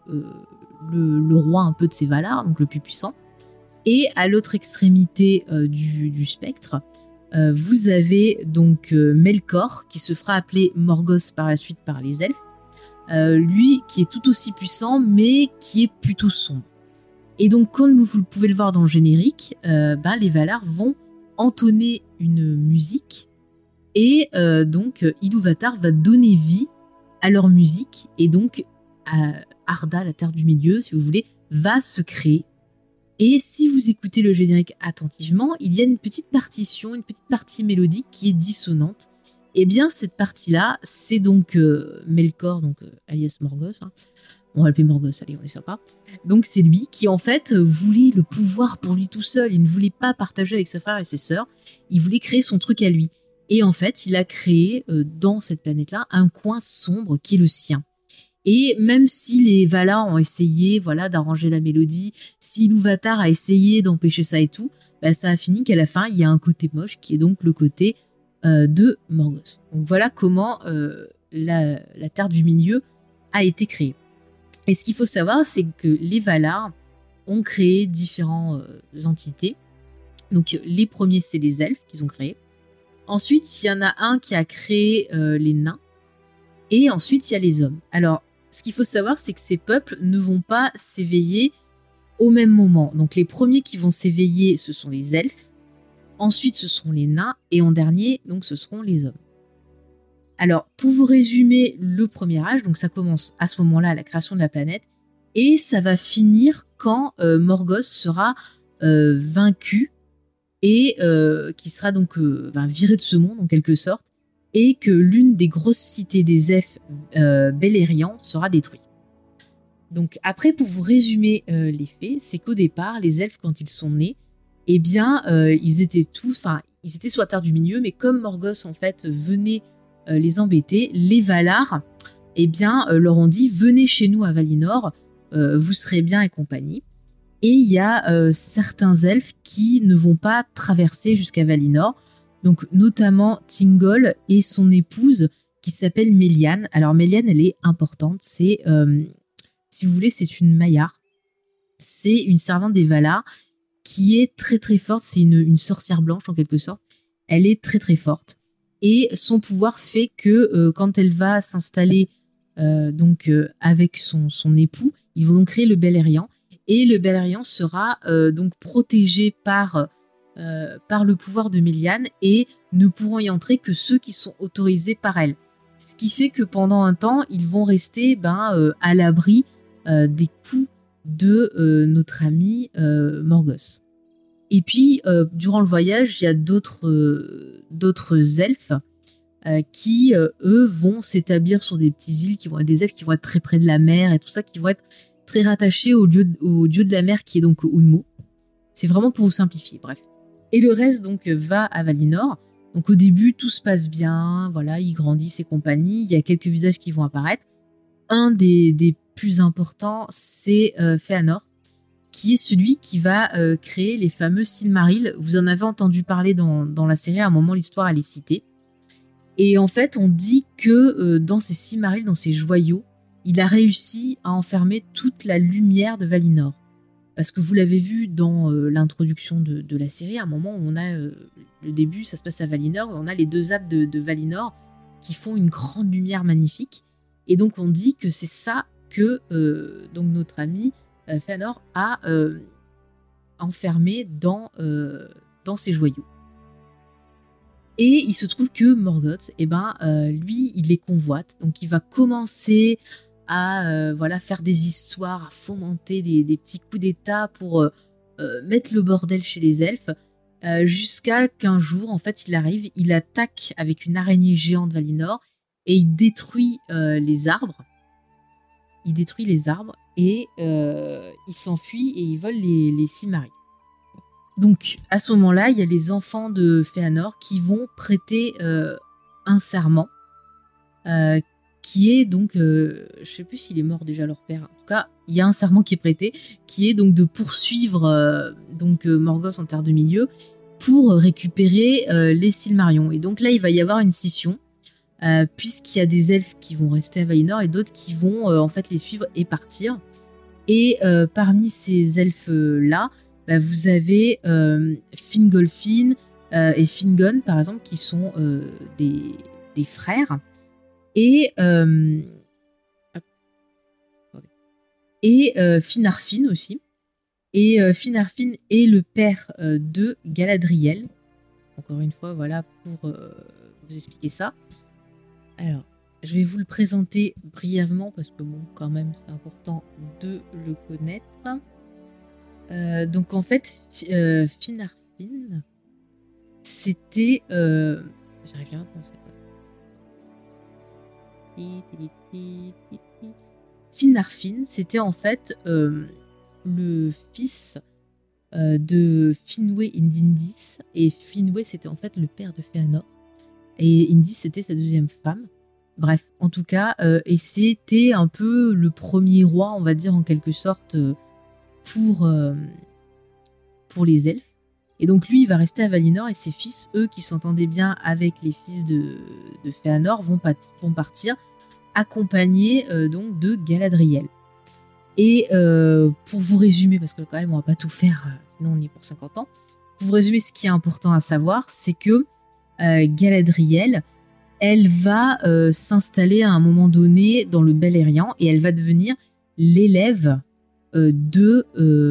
roi un peu de ces Valar, donc le plus puissant. Et à l'autre extrémité du spectre, vous avez donc Melkor, qui se fera appeler Morgoth par la suite par les elfes. Lui qui est tout aussi puissant, mais qui est plutôt sombre. Et donc, comme vous pouvez le voir dans le générique, les Valar vont entonner une musique, et donc Ilúvatar va donner vie à leur musique, et donc Arda, la Terre du Milieu, si vous voulez, va se créer. Et si vous écoutez le générique attentivement, il y a une petite partition, une petite partie mélodique qui est dissonante. Et bien cette partie-là, c'est donc Melkor, donc alias Morgoth. On va l'appeler Morgoth, allez, on est sympa. Donc c'est lui qui en fait voulait le pouvoir pour lui tout seul. Il ne voulait pas partager avec ses frères et ses sœurs. Il voulait créer son truc à lui. Et en fait, il a créé dans cette planète-là un coin sombre qui est le sien. Et même si les Valar ont essayé d'arranger la mélodie, si Ilúvatar a essayé d'empêcher ça et tout, ça a fini qu'à la fin, il y a un côté moche qui est donc le côté de Morgoth. Donc voilà comment la Terre du Milieu a été créée. Et ce qu'il faut savoir, c'est que les Valar ont créé différentes entités. Donc les premiers, c'est les elfes qu'ils ont créés. Ensuite, il y en a un qui a créé les nains. Et ensuite, il y a les hommes. Alors, ce qu'il faut savoir, c'est que ces peuples ne vont pas s'éveiller au même moment. Donc les premiers qui vont s'éveiller, ce sont les elfes. Ensuite, ce seront les nains. Et en dernier, donc, ce seront les hommes. Alors, pour vous résumer le premier âge, donc ça commence à ce moment-là, à la création de la planète, et ça va finir quand Morgoth sera vaincu et qui sera donc viré de ce monde en quelque sorte, et que l'une des grosses cités des elfes, Beleriand, sera détruite. Donc après, pour vous résumer les faits, c'est qu'au départ, les elfes, quand ils sont nés, eh bien, ils étaient sur la Terre du Milieu, mais comme Morgoth en fait venait les embêter, les Valar, eh bien, leur ont dit venez chez nous à Valinor, vous serez bien et compagnie. Et il y a certains elfes qui ne vont pas traverser jusqu'à Valinor, donc notamment Thingol et son épouse qui s'appelle Melian. Alors Melian, elle est importante, c'est, si vous voulez, c'est une Maiar, c'est une servante des Valar qui est très très forte, c'est une sorcière blanche en quelque sorte, elle est très très forte. Et son pouvoir fait que quand elle va s'installer avec son époux, ils vont donc créer le Beleriand. Et le Beleriand sera donc protégé par le pouvoir de Melian et ne pourront y entrer que ceux qui sont autorisés par elle. Ce qui fait que pendant un temps, ils vont rester à l'abri des coups de notre ami Morgoth. Et puis, durant le voyage, il y a d'autres elfes qui, eux, vont s'établir sur des petites îles qui vont être des elfes qui vont être très près de la mer et tout ça, qui vont être très rattachés au dieu de la mer qui est donc Ulmo. C'est vraiment pour vous simplifier, bref. Et le reste, donc, va à Valinor. Donc, au début, tout se passe bien, voilà, ils grandissent et compagnie. Il y a quelques visages qui vont apparaître. Un des plus importants, c'est Fëanor, qui est celui qui va créer les fameux Silmarils. Vous en avez entendu parler dans la série, à un moment l'histoire elle est citée. Et en fait, on dit que dans ces Silmarils, dans ces joyaux, il a réussi à enfermer toute la lumière de Valinor. Parce que vous l'avez vu dans l'introduction de la série, à un moment où on a le début, ça se passe à Valinor, et on a les deux âmes de Valinor qui font une grande lumière magnifique. Et donc on dit que c'est ça que donc notre ami Fëanor a enfermé dans ses joyaux. Et il se trouve que Morgoth, lui, il les convoite. Donc il va commencer à faire des histoires, à fomenter des petits coups d'état pour mettre le bordel chez les elfes. jusqu'à qu'un jour, en fait, il arrive, il attaque avec une araignée géante Valinor et il détruit les arbres. Il détruit les arbres et il s'enfuit et il vole les Silmarils. Donc, à ce moment-là, il y a les enfants de Fëanor qui vont prêter un serment qui est donc, je sais plus s'il est mort déjà leur père. En tout cas, il y a un serment qui est prêté, qui est donc de poursuivre Morgoth en Terre de Milieu pour récupérer les Silmarions. Et donc là, il va y avoir une scission, puisqu'il y a des elfes qui vont rester à Valinor et d'autres qui vont en fait les suivre et partir. Et parmi ces elfes-là, vous avez Fingolfin et Fingon, par exemple, qui sont des frères. Et Finarfin aussi. Et Finarfin est le père de Galadriel. Encore une fois, voilà, pour vous expliquer ça. Alors, je vais vous le présenter brièvement, parce que bon, quand même, c'est important de le connaître. Donc en fait, Finarfin, c'était... J'arrive bien à penser ça. Finarfin, c'était en fait le fils de Finwë Indindis, et Finwë c'était en fait le père de Fëanor, et Indis c'était sa deuxième femme. Bref, en tout cas, et c'était un peu le premier roi, on va dire en quelque sorte, pour les elfes. Et donc lui, il va rester à Valinor, et ses fils, eux, qui s'entendaient bien avec les fils de Fëanor, vont partir accompagnés donc de Galadriel. Et pour vous résumer, parce que quand même on va pas tout faire, sinon on y est pour 50 ans, pour vous résumer, ce qui est important à savoir, c'est que Galadriel, elle va s'installer à un moment donné dans le Beleriand, et elle va devenir l'élève de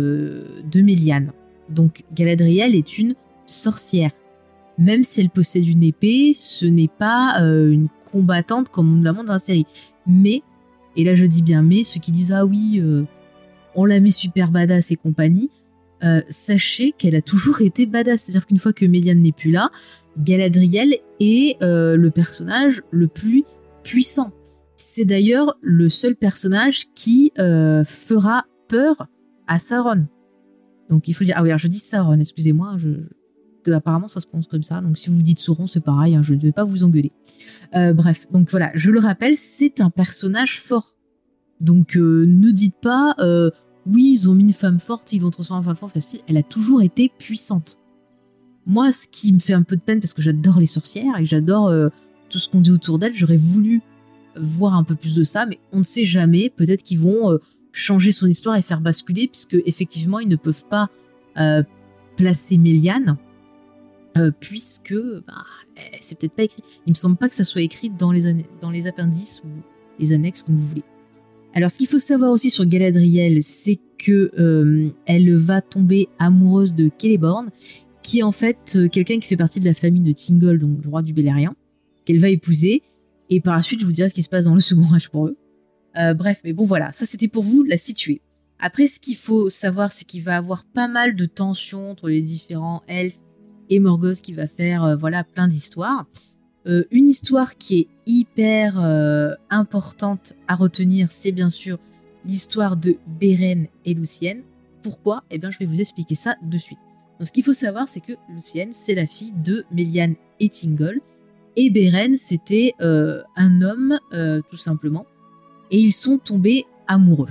Melian. Donc Galadriel est une sorcière. Même si elle possède une épée, ce n'est pas une combattante comme on nous la montre dans la série. Mais, et là je dis bien mais, ceux qui disent ah oui, on la met super badass et compagnie, sachez qu'elle a toujours été badass. C'est-à-dire qu'une fois que Melian n'est plus là, Galadriel est le personnage le plus puissant. C'est d'ailleurs le seul personnage qui fera peur à Sauron. Donc il faut dire, ah oui, alors je dis Sauron, excusez-moi, apparemment ça se prononce comme ça, donc si vous dites Sauron, c'est pareil, hein, je ne vais pas vous engueuler. Bref, donc voilà, je le rappelle, c'est un personnage fort. Donc ne dites pas, oui, ils ont mis une femme forte, ils l'ont transformée en femme forte, facile, elle a toujours été puissante. Moi, ce qui me fait un peu de peine, parce que j'adore les sorcières et j'adore tout ce qu'on dit autour d'elles, j'aurais voulu voir un peu plus de ça, mais on ne sait jamais, peut-être qu'ils vont changer son histoire et faire basculer, puisque effectivement ils ne peuvent pas placer Melian, puisque c'est peut-être pas écrit. Il me semble pas que ça soit écrit dans les appendices ou les annexes, comme vous voulez. Alors ce qu'il faut savoir aussi sur Galadriel, c'est que elle va tomber amoureuse de Celeborn, qui est en fait quelqu'un qui fait partie de la famille de Thingol, donc le roi du Beleriand, qu'elle va épouser, et par la suite je vous dirai ce qui se passe dans le second âge pour eux. Bref, mais bon voilà, ça c'était pour vous la situer. Après, ce qu'il faut savoir, c'est qu'il va avoir pas mal de tensions entre les différents elfes et Morgoth, qui va faire plein d'histoires. Une histoire qui est hyper importante à retenir, c'est bien sûr l'histoire de Beren et Luthien. Pourquoi ? Eh bien, je vais vous expliquer ça de suite. Donc, ce qu'il faut savoir, c'est que Luthien, c'est la fille de Melian et Thingol, et Beren, c'était un homme, tout simplement. Et ils sont tombés amoureux.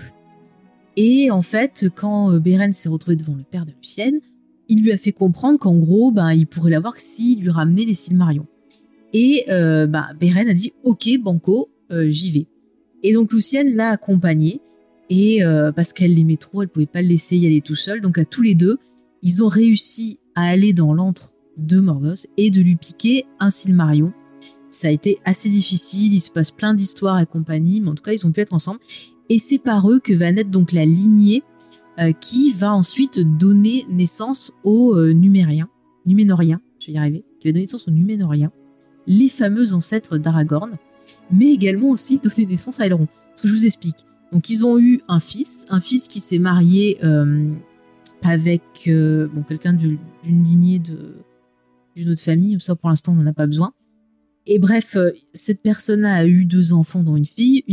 Et en fait, quand Beren s'est retrouvé devant le père de Luthien, il lui a fait comprendre qu'en gros, il pourrait l'avoir s'il lui ramenait les Silmarions. Et Beren a dit « Ok, banco, j'y vais ». Et donc Luthien l'a accompagné, et parce qu'elle l'aimait trop, elle pouvait pas le laisser y aller tout seul. Donc à tous les deux, ils ont réussi à aller dans l'antre de Morgoth et de lui piquer un Silmarion. Ça a été assez difficile, il se passe plein d'histoires et compagnie, mais en tout cas, ils ont pu être ensemble. Et c'est par eux que va naître donc la lignée qui va ensuite donner naissance aux Numénoriens, je vais y arriver, qui va donner naissance aux Numénoriens, les fameux ancêtres d'Aragorn, mais également aussi donner naissance à Elrond. Ce que je vous explique. Donc, ils ont eu un fils qui s'est marié avec quelqu'un d'une lignée d'une autre famille. Ça, pour l'instant, on n'en a pas besoin. Et bref, cette personne a eu 2 enfants, dont une fille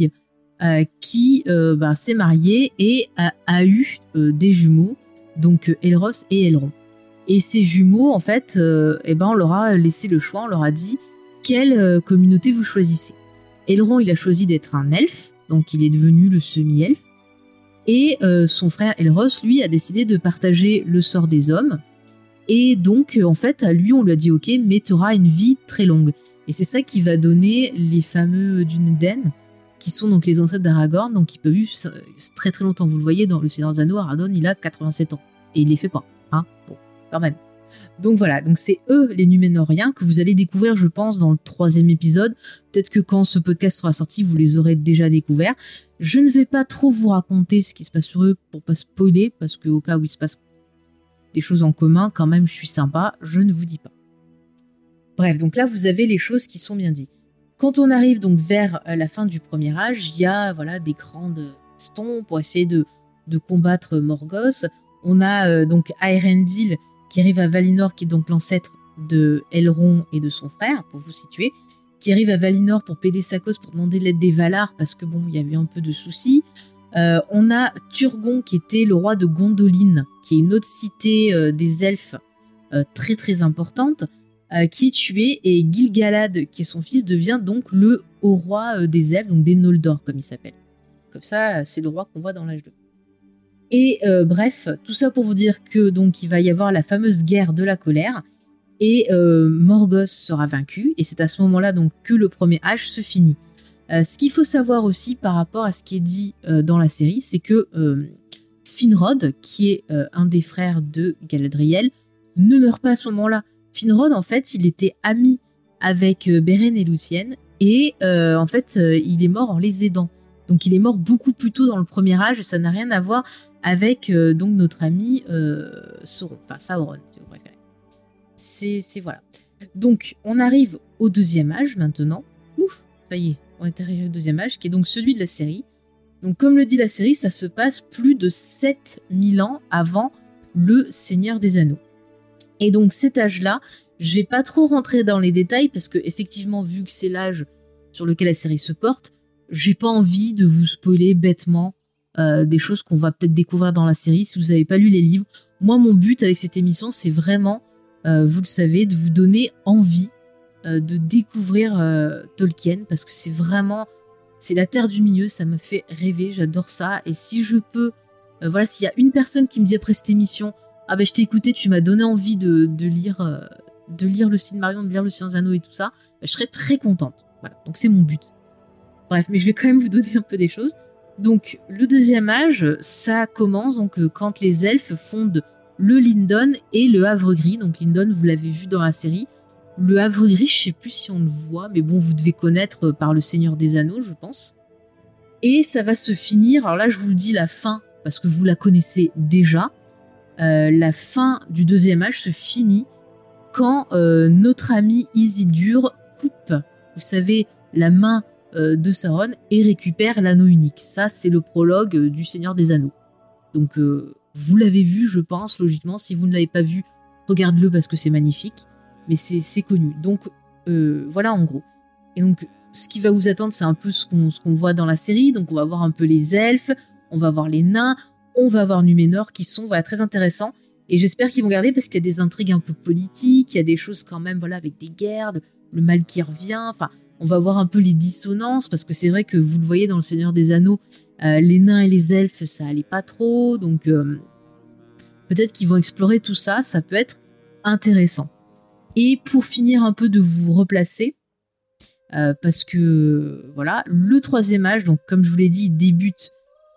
qui s'est mariée et a eu des jumeaux, donc Elros et Elrond. Et ces jumeaux, en fait, on leur a laissé le choix, on leur a dit quelle communauté vous choisissez. Elrond, il a choisi d'être un elfe, donc il est devenu le semi-elfe. Et son frère Elros, lui, a décidé de partager le sort des hommes. Et donc, en fait, à lui, on lui a dit « Ok, mais tu auras une vie très longue ». Et c'est ça qui va donner les fameux Dúnedain, qui sont donc les ancêtres d'Aragorn, donc ils peuvent vivre très très longtemps. Vous le voyez, dans Le Seigneur des Anneaux, Aragorn, il a 87 ans. Et il les fait pas, hein. Bon, quand même. Donc voilà, donc c'est eux, les Núménoriens, que vous allez découvrir, je pense, dans le 3e épisode. Peut-être que quand ce podcast sera sorti, vous les aurez déjà découverts. Je ne vais pas trop vous raconter ce qui se passe sur eux pour pas spoiler, parce qu'au cas où il se passe des choses en commun, quand même, je suis sympa, je ne vous dis pas. Bref, donc là, vous avez les choses qui sont bien dites. Quand on arrive donc vers la fin du premier âge, il y a des grandes bastons pour essayer de combattre Morgoth. On a donc Aerendil qui arrive à Valinor, qui est donc l'ancêtre de Elrond et de son frère, pour vous situer, qui arrive à Valinor pour plaider sa cause, pour demander l'aide des Valar, parce que il y avait un peu de soucis. On a Turgon, qui était le roi de Gondolin, qui est une autre cité des elfes très très importante, qui est tué, et Gil-galad, qui est son fils, devient donc le haut roi des elfes, donc des Noldor, comme il s'appelle. Comme ça, c'est le roi qu'on voit dans l'âge 2. Et bref, tout ça pour vous dire que donc il va y avoir la fameuse guerre de la colère, et Morgoth sera vaincu, et c'est à ce moment-là donc que le premier âge se finit. Ce qu'il faut savoir aussi par rapport à ce qui est dit dans la série, c'est que Finrod, qui est un des frères de Galadriel, ne meurt pas à ce moment-là. Finrod, en fait, il était ami avec Beren et Lúthien, et en fait, il est mort en les aidant. Donc il est mort beaucoup plus tôt dans le premier âge, et ça n'a rien à voir avec donc notre ami Sauron, enfin Sauron, si vous préférez. C'est voilà. Donc on arrive au 2e âge maintenant. Ouf, ça y est, on est arrivé au 2e âge, qui est donc celui de la série. Donc comme le dit la série, ça se passe plus de 7000 ans avant le Seigneur des Anneaux. Et donc cet âge-là, je vais pas trop rentrer dans les détails, parce que effectivement, vu que c'est l'âge sur lequel la série se porte, j'ai pas envie de vous spoiler bêtement des choses qu'on va peut-être découvrir dans la série si vous n'avez pas lu les livres. Moi, mon but avec cette émission, c'est vraiment, vous le savez, de vous donner envie de découvrir Tolkien, parce que c'est la terre du milieu, ça me fait rêver, j'adore ça. Et si je peux, s'il y a une personne qui me dit après cette émission, ah ben je t'ai écouté, tu m'as donné envie de lire le Silmarillion, de lire le Seigneur des Anneaux et tout ça, je serais très contente. Voilà, donc c'est mon but. Bref, mais je vais quand même vous donner un peu des choses. Donc, le 2e âge, ça commence donc quand les elfes fondent le Lindon et le Havre Gris. Donc, Lindon, vous l'avez vu dans la série. Le Havre Gris, je sais plus si on le voit, mais bon, vous devez connaître par le Seigneur des Anneaux, je pense. Et ça va se finir, alors là, je vous le dis la fin, parce que vous la connaissez déjà. La fin du 2e âge se finit quand notre ami Isildur coupe, vous savez, la main de Sauron et récupère l'anneau unique. Ça, c'est le prologue du Seigneur des Anneaux. Donc, vous l'avez vu, je pense, logiquement. Si vous ne l'avez pas vu, regardez-le parce que c'est magnifique. Mais c'est connu. Donc, voilà en gros. Et donc, ce qui va vous attendre, c'est un peu ce qu'on voit dans la série. Donc, on va voir un peu les elfes, on va voir les nains, on va voir Núménor, qui sont très intéressants. Et j'espère qu'ils vont garder, parce qu'il y a des intrigues un peu politiques, il y a des choses quand même, avec des guerres, le mal qui revient, enfin... On va voir un peu les dissonances, parce que c'est vrai que vous le voyez dans le Seigneur des Anneaux, les nains et les elfes, ça allait pas trop, donc peut-être qu'ils vont explorer tout ça, ça peut être intéressant. Et pour finir un peu de vous replacer, parce que voilà, le 3e âge, donc comme je vous l'ai dit, débute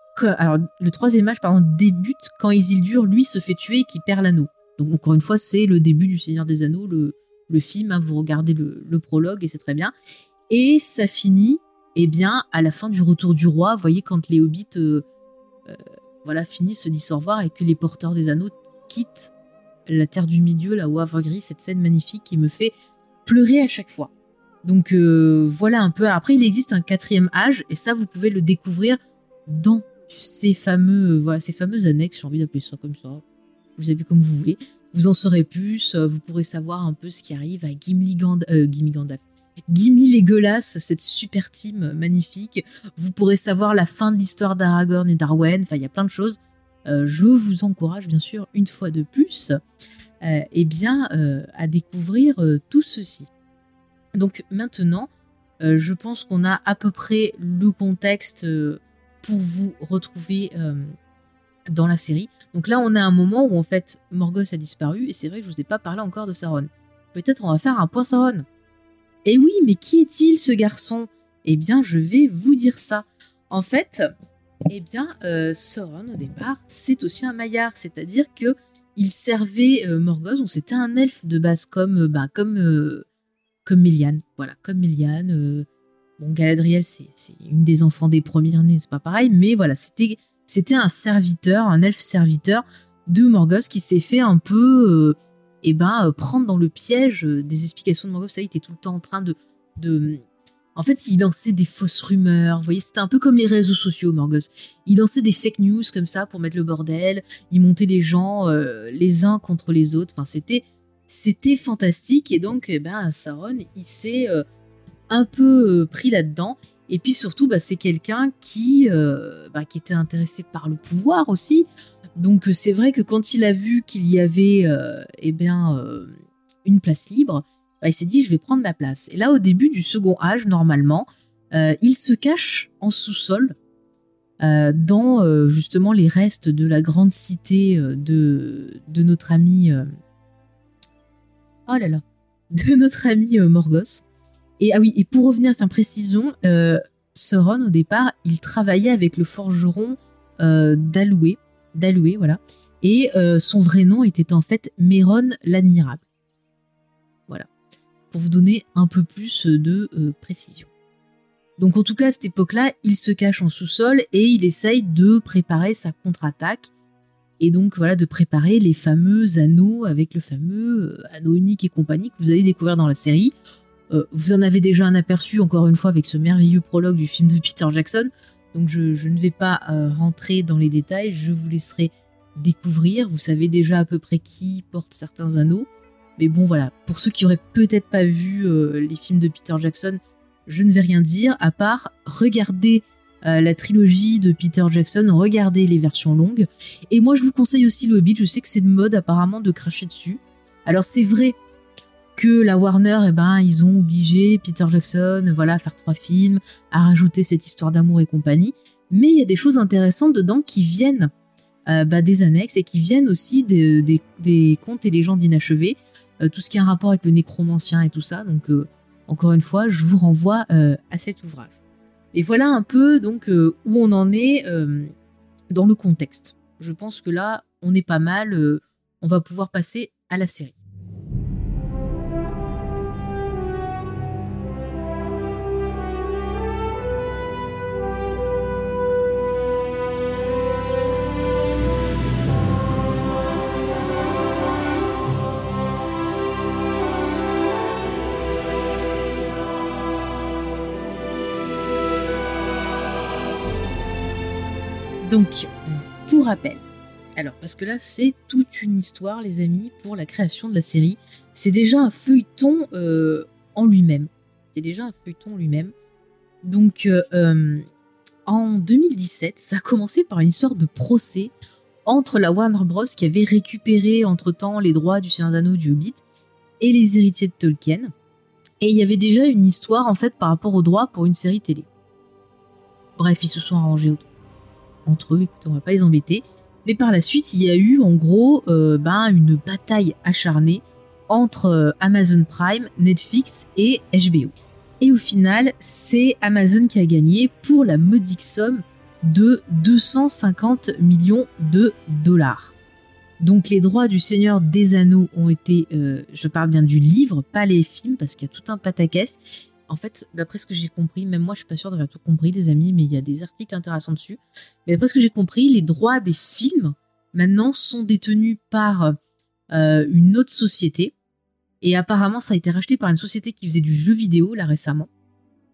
quand Isildur, lui, se fait tuer et qu'il perd l'anneau. Donc encore une fois, c'est le début du Seigneur des Anneaux, le film, vous regardez le prologue et c'est très bien. Et ça finit, à la fin du Retour du Roi, vous voyez, quand les hobbits finissent, se disent au revoir, et que les porteurs des anneaux quittent la terre du milieu, là au Havre Gris, cette scène magnifique qui me fait pleurer à chaque fois. Donc voilà un peu. Après, il existe un 4e âge, et ça, vous pouvez le découvrir dans ces fameuses annexes, j'ai envie d'appeler ça comme ça, vous appelez comme vous voulez. Vous en saurez plus, vous pourrez savoir un peu ce qui arrive à Gimli Legolas, cette super team magnifique. Vous pourrez savoir la fin de l'histoire d'Aragorn et d'Arwen, enfin il y a plein de choses. Je vous encourage bien sûr une fois de plus à découvrir tout ceci. Donc maintenant, je pense qu'on a à peu près le contexte pour vous retrouver dans la série. Donc là, on a un moment où en fait Morgoth a disparu et c'est vrai que je vous ai pas parlé encore de Sauron. Peut-être on va faire un point Sauron. Et oui, mais qui est-il ce garçon ? Eh bien, je vais vous dire ça. En fait, Sauron au départ, c'est aussi un maillard, c'est-à-dire que il servait Morgoth, donc c'était un elfe de base comme Méliane. Voilà, comme Méliane. Galadriel, c'est une des enfants des Premiers-Nés, c'est pas pareil, mais voilà, c'était un serviteur, un elfe serviteur de Morgoth qui s'est fait un peu prendre dans le piège des explications de Morgoth. Vous savez, il était tout le temps en train de... En fait, il lançait des fausses rumeurs. Vous voyez, c'était un peu comme les réseaux sociaux, Morgoth. Il lançait des fake news comme ça pour mettre le bordel. Il montait les gens les uns contre les autres. Enfin, c'était fantastique. Et donc, Sauron, il s'est un peu pris là-dedans. Et puis surtout, c'est quelqu'un qui était intéressé par le pouvoir aussi. Donc c'est vrai que quand il a vu qu'il y avait une place libre, il s'est dit je vais prendre ma place. Et là, au début du Second Âge, normalement, il se cache en sous-sol dans justement les restes de la grande cité de notre ami... de notre ami Morgoth. Et pour revenir, précisons, Sauron, au départ, il travaillait avec le forgeron d'Aloué, voilà. Et son vrai nom était en fait Méron l'Admirable. Voilà. Pour vous donner un peu plus de précision. Donc en tout cas, à cette époque-là, il se cache en sous-sol et il essaye de préparer sa contre-attaque. Et donc voilà, de préparer les fameux anneaux avec le fameux anneau unique et compagnie que vous allez découvrir dans la série. Vous en avez déjà un aperçu, encore une fois, avec ce merveilleux prologue du film de Peter Jackson. Donc je ne vais pas rentrer dans les détails, je vous laisserai découvrir. Vous savez déjà à peu près qui porte certains anneaux. Mais bon, voilà, pour ceux qui auraient peut-être pas vu les films de Peter Jackson, je ne vais rien dire, à part regarder la trilogie de Peter Jackson, regarder les versions longues. Et moi, je vous conseille aussi le Hobbit. Je sais que c'est de mode apparemment de cracher dessus. Alors c'est vrai que la Warner, ils ont obligé Peter Jackson, à faire 3 films, à rajouter cette histoire d'amour et compagnie. Mais il y a des choses intéressantes dedans qui viennent des annexes et qui viennent aussi des contes et légendes inachevées, tout ce qui a un rapport avec le nécromancien et tout ça. Donc, encore une fois, je vous renvoie à cet ouvrage. Et voilà un peu donc où on en est dans le contexte. Je pense que là, on est pas mal. On va pouvoir passer à la série. Donc, pour rappel, alors parce que là c'est toute une histoire les amis pour la création de la série, c'est déjà un feuilleton en lui-même. Donc en 2017, ça a commencé par une histoire de procès entre la Warner Bros qui avait récupéré entre-temps les droits du Seigneur des Anneaux, du Hobbit et les héritiers de Tolkien. Et il y avait déjà une histoire en fait par rapport aux droits pour une série télé. Bref, ils se sont arrangés entre eux, écoutez, on va pas les embêter. Mais par la suite, il y a eu en gros une bataille acharnée entre Amazon Prime, Netflix et HBO. Et au final, c'est Amazon qui a gagné pour la modique somme de 250 millions de dollars. Donc les droits du Seigneur des Anneaux ont été, je parle bien du livre, pas les films, parce qu'il y a tout un pataquès. En fait, d'après ce que j'ai compris, même moi je suis pas sûre d'avoir tout compris les amis, mais il y a des articles intéressants dessus. Mais d'après ce que j'ai compris, les droits des films maintenant sont détenus par une autre société. Et apparemment ça a été racheté par une société qui faisait du jeu vidéo là récemment.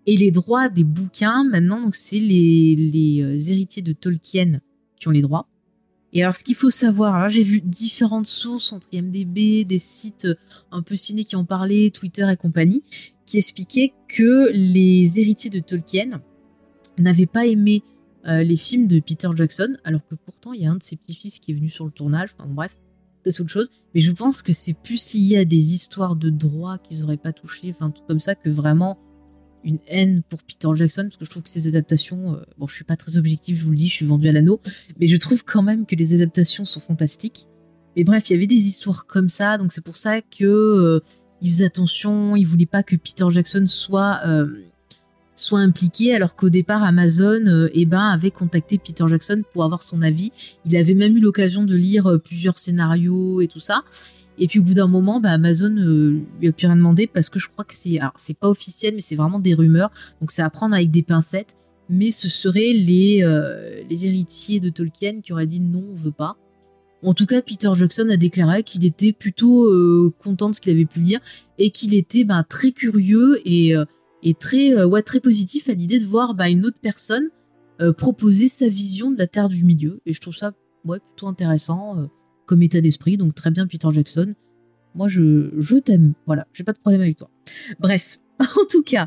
Et les droits des bouquins, maintenant, donc c'est les héritiers de Tolkien qui ont les droits. Et alors, ce qu'il faut savoir, alors j'ai vu différentes sources entre IMDb, des sites un peu ciné qui en parlaient, Twitter et compagnie, qui expliquaient que les héritiers de Tolkien n'avaient pas aimé les films de Peter Jackson, alors que pourtant, il y a un de ses petits-fils qui est venu sur le tournage, enfin bref, c'est autre chose. Mais je pense que c'est plus lié à des histoires de droits qu'ils n'auraient pas touché, enfin tout comme ça, que vraiment une haine pour Peter Jackson, parce que je trouve que ces adaptations, bon, je suis pas très objective, je vous le dis, je suis vendue à l'anneau, mais je trouve quand même que les adaptations sont fantastiques. Mais bref, il y avait des histoires comme ça, donc c'est pour ça que il faisait attention, il voulait pas que Peter Jackson soit impliqué, alors qu'au départ Amazon avait contacté Peter Jackson pour avoir son avis. Il avait même eu l'occasion de lire plusieurs scénarios et tout ça. Et puis au bout d'un moment, Amazon lui a plus rien demandé parce que je crois que c'est pas officiel, mais c'est vraiment des rumeurs. Donc c'est à prendre avec des pincettes. Mais ce seraient les héritiers de Tolkien qui auraient dit non, on veut pas. En tout cas, Peter Jackson a déclaré qu'il était plutôt content de ce qu'il avait pu lire et qu'il était très curieux et très positif à l'idée de voir une autre personne proposer sa vision de la Terre du Milieu. Et je trouve ça plutôt intéressant comme état d'esprit, donc très bien Peter Jackson. Moi, je t'aime, voilà, j'ai pas de problème avec toi. Bref, en tout cas,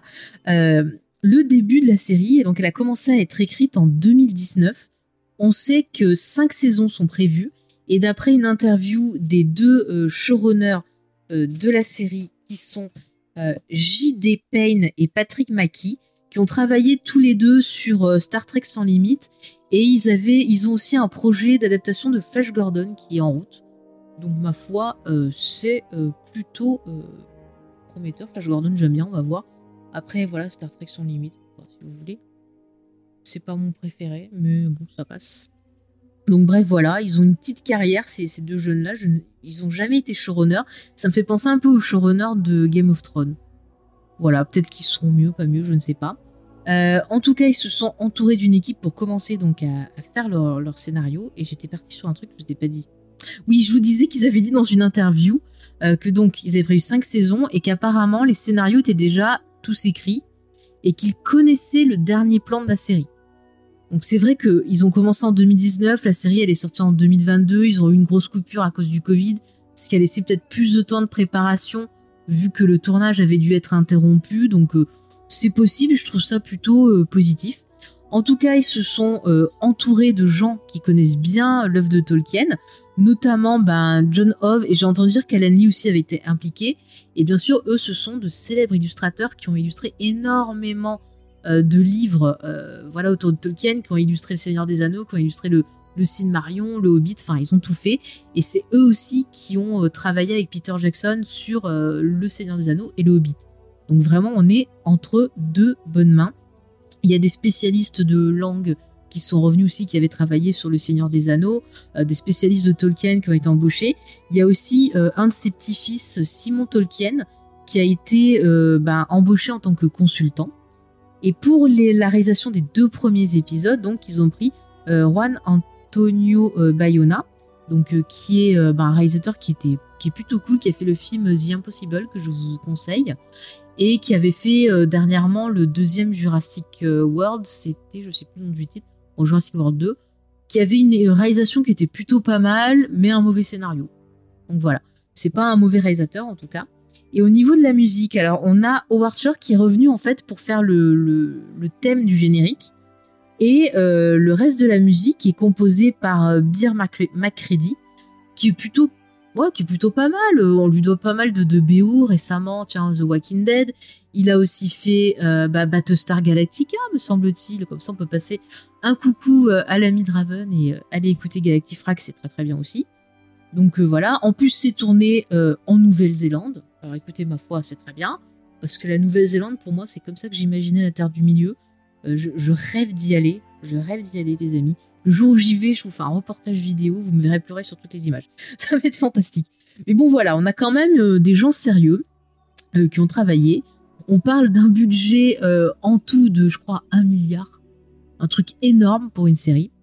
le début de la série, donc elle a commencé à être écrite en 2019. On sait que 5 saisons sont prévues, et d'après une interview des 2 showrunners de la série, qui sont J.D. Payne et Patrick Mackie, qui ont travaillé tous les deux sur Star Trek Sans Limite, et ils ont aussi un projet d'adaptation de Flash Gordon qui est en route. Donc ma foi, c'est plutôt prometteur. Flash Gordon, j'aime bien, on va voir. Après, voilà, Star Trek Sans Limite, si vous voulez. C'est pas mon préféré, mais bon, ça passe. Donc bref, voilà, ils ont une petite carrière, ces 2 jeunes-là. Ils ont jamais été showrunners. Ça me fait penser un peu aux showrunners de Game of Thrones. Voilà, peut-être qu'ils seront mieux, pas mieux, je ne sais pas. En tout cas, ils se sont entourés d'une équipe pour commencer donc à faire leur scénario. Et j'étais partie sur un truc que je vous ai pas dit. Oui, je vous disais qu'ils avaient dit dans une interview que donc ils avaient prévu 5 saisons et qu'apparemment les scénarios étaient déjà tous écrits et qu'ils connaissaient le dernier plan de la série. Donc c'est vrai qu'ils ont commencé en 2019, la série elle est sortie en 2022, ils ont eu une grosse coupure à cause du Covid, ce qui a laissé peut-être plus de temps de préparation vu que le tournage avait dû être interrompu, donc c'est possible, je trouve ça plutôt positif. En tout cas, ils se sont entourés de gens qui connaissent bien l'œuvre de Tolkien, notamment John Hove, et j'ai entendu dire qu'Alan Lee aussi avait été impliqué. Et bien sûr, eux, ce sont de célèbres illustrateurs qui ont illustré énormément de livres autour de Tolkien, qui ont illustré Le Seigneur des Anneaux, qui ont illustré le Silmarillion, le Hobbit, enfin ils ont tout fait. Et c'est eux aussi qui ont travaillé avec Peter Jackson sur Le Seigneur des Anneaux et le Hobbit. Donc vraiment, on est entre 2 bonnes mains. Il y a des spécialistes de langue qui sont revenus aussi, qui avaient travaillé sur Le Seigneur des Anneaux, des spécialistes de Tolkien qui ont été embauchés. Il y a aussi un de ses petits-fils, Simon Tolkien, qui a été embauché en tant que consultant. Et pour la réalisation des 2 premiers épisodes, donc ils ont pris Juan Antonio Bayona, donc qui est un réalisateur qui est plutôt cool, qui a fait le film The Impossible que je vous conseille. Et qui avait fait dernièrement le 2e Jurassic World, c'était, je sais plus le nom du titre, Jurassic World 2, qui avait une réalisation qui était plutôt pas mal, mais un mauvais scénario. Donc voilà, c'est pas un mauvais réalisateur en tout cas. Et au niveau de la musique, alors on a Howard Shore qui est revenu en fait pour faire le thème du générique, et le reste de la musique est composé par Bear McCready, qui est plutôt pas mal. On lui doit pas mal de BO récemment, tiens, The Walking Dead. Il a aussi fait Battlestar Galactica, me semble-t-il. Comme ça, on peut passer un coucou à l'ami Draven et aller écouter Galactifrac, c'est très très bien aussi. Donc voilà. En plus, c'est tourné en Nouvelle-Zélande. Alors écoutez, ma foi, c'est très bien. Parce que la Nouvelle-Zélande, pour moi, c'est comme ça que j'imaginais la Terre du Milieu. Je rêve d'y aller. Les amis. Le jour où j'y vais, je vous fais un reportage vidéo, vous me verrez pleurer sur toutes les images. Ça va être fantastique. Mais bon, voilà, on a quand même des gens sérieux qui ont travaillé. On parle d'un budget en tout de, je crois, 1 milliard. Un truc énorme pour une série.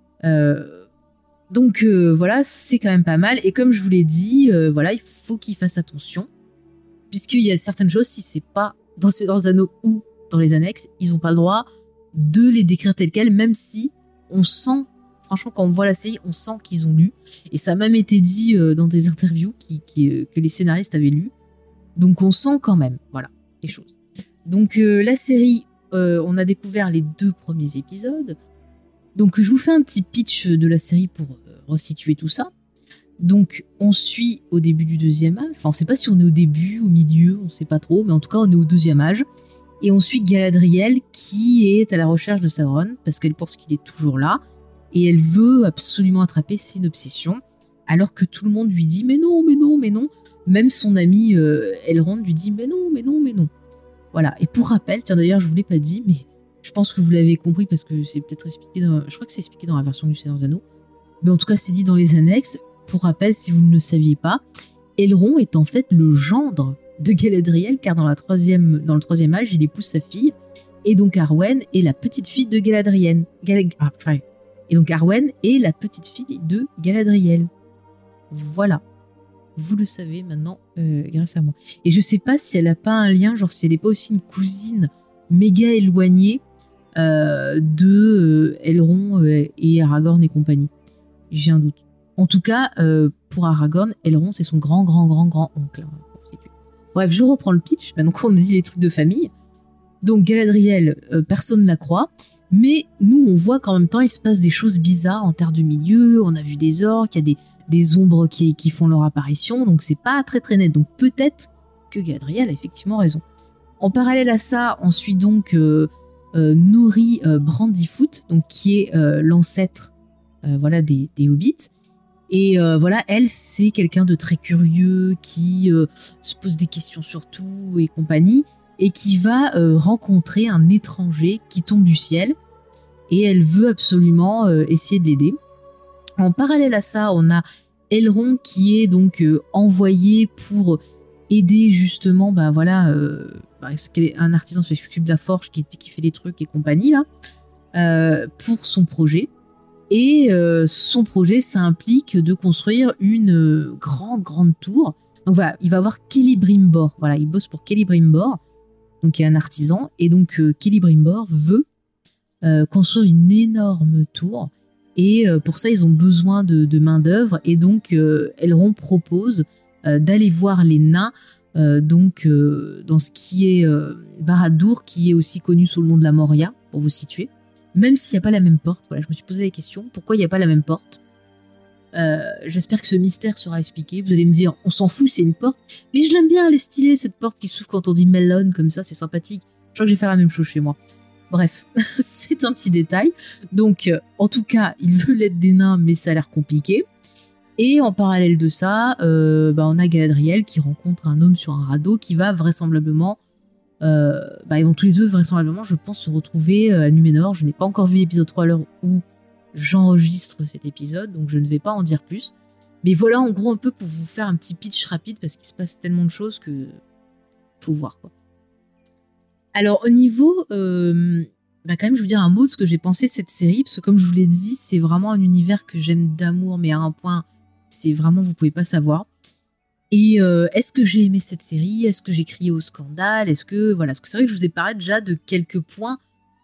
Donc voilà, c'est quand même pas mal. Et comme je vous l'ai dit, il faut qu'ils fassent attention. Puisqu'il y a certaines choses, si c'est pas dans Seigneur des Anneaux ou dans les annexes, ils n'ont pas le droit de les décrire tels quels, même si on sent, franchement, quand on voit la série, on sent qu'ils ont lu. Et ça a même été dit dans des interviews que les scénaristes avaient lu. Donc on sent quand même, voilà, les choses. Donc la série, on a découvert les 2 premiers épisodes. Donc je vous fais un petit pitch de la série pour resituer tout ça. Donc on suit au début du 2e âge, enfin on sait pas si on est au début, au milieu, on sait pas trop, mais en tout cas on est au 2e âge. Et on suit Galadriel qui est à la recherche de Sauron parce qu'elle pense qu'il est toujours là et elle veut absolument attraper, c'est une obsession, alors que tout le monde lui dit mais non, mais non, mais non. Même son ami Elrond lui dit mais non, mais non, mais non. Voilà, et pour rappel, tiens d'ailleurs je vous l'ai pas dit, mais je pense que vous l'avez compris parce que c'est peut-être expliqué je crois que c'est expliqué dans la version du Seigneur des Anneaux, mais en tout cas c'est dit dans les annexes. Pour rappel, si vous ne le saviez pas, Elrond est en fait le gendre de Galadriel, car dans le 3e âge, il épouse sa fille, et donc Arwen est la petite fille de Galadriel. Et donc Arwen est la petite fille de Galadriel. Voilà. Vous le savez maintenant, grâce à moi. Et je sais pas si elle a pas un lien, genre si elle n'est pas aussi une cousine méga éloignée de Elrond et Aragorn et compagnie. J'ai un doute. En tout cas, pour Aragorn, Elrond, c'est son grand-oncle. Bref, je reprends le pitch, maintenant qu'on a dit les trucs de famille. Donc Galadriel, personne ne la croit, mais nous, on voit qu'en même temps, il se passe des choses bizarres en Terre du Milieu, on a vu des orques, il y a des ombres qui font leur apparition, donc c'est pas très très net. Donc peut-être que Galadriel a effectivement raison. En parallèle à ça, on suit donc Nori Brandyfoot, donc qui est l'ancêtre des Hobbits. Et voilà, elle, c'est quelqu'un de très curieux, qui se pose des questions sur tout et compagnie, et qui va rencontrer un étranger qui tombe du ciel, et elle veut absolument essayer de l'aider. En parallèle à ça, on a Elrond qui est donc envoyé pour aider justement, un artisan qui s'occupe de la forge, qui fait des trucs et compagnie, là, pour son projet. Et son projet, ça implique de construire une grande tour. Donc voilà, il va avoir Celebrimbor. Voilà, il bosse pour Celebrimbor, donc il y a un artisan. Et donc Celebrimbor veut construire une énorme tour. Et pour ça, ils ont besoin de main d'œuvre. Et donc Elrond propose d'aller voir les nains dans ce qui est Barad-dûr, qui est aussi connu sous le nom de la Moria, pour vous situer. Même s'il n'y a pas la même porte, voilà, je me suis posé la question, pourquoi il n'y a pas la même porte ? J'espère que ce mystère sera expliqué. Vous allez me dire, on s'en fout, c'est une porte. Mais je l'aime bien, elle est stylée, cette porte qui s'ouvre quand on dit melon, comme ça, c'est sympathique. Je crois que je vais faire la même chose chez moi. Bref, c'est un petit détail. Donc, en tout cas, il veut l'aide des nains, mais ça a l'air compliqué. Et en parallèle de ça, on a Galadriel qui rencontre un homme sur un radeau qui va vraisemblablement... ils vont tous les deux vraisemblablement, je pense, se retrouver à Numénor. Je n'ai pas encore vu l'épisode 3 à l'heure où j'enregistre cet épisode, donc je ne vais pas en dire plus. Mais voilà, en gros, un peu pour vous faire un petit pitch rapide, parce qu'il se passe tellement de choses que faut voir, quoi. Alors, au niveau... quand même, je veux dire un mot de ce que j'ai pensé de cette série, parce que comme je vous l'ai dit, c'est vraiment un univers que j'aime d'amour, mais à un point, c'est vraiment, vous pouvez pas savoir. Et est-ce que j'ai aimé cette série ? Est-ce que j'ai crié au scandale ? Est-ce que c'est vrai que je vous ai parlé déjà de quelques points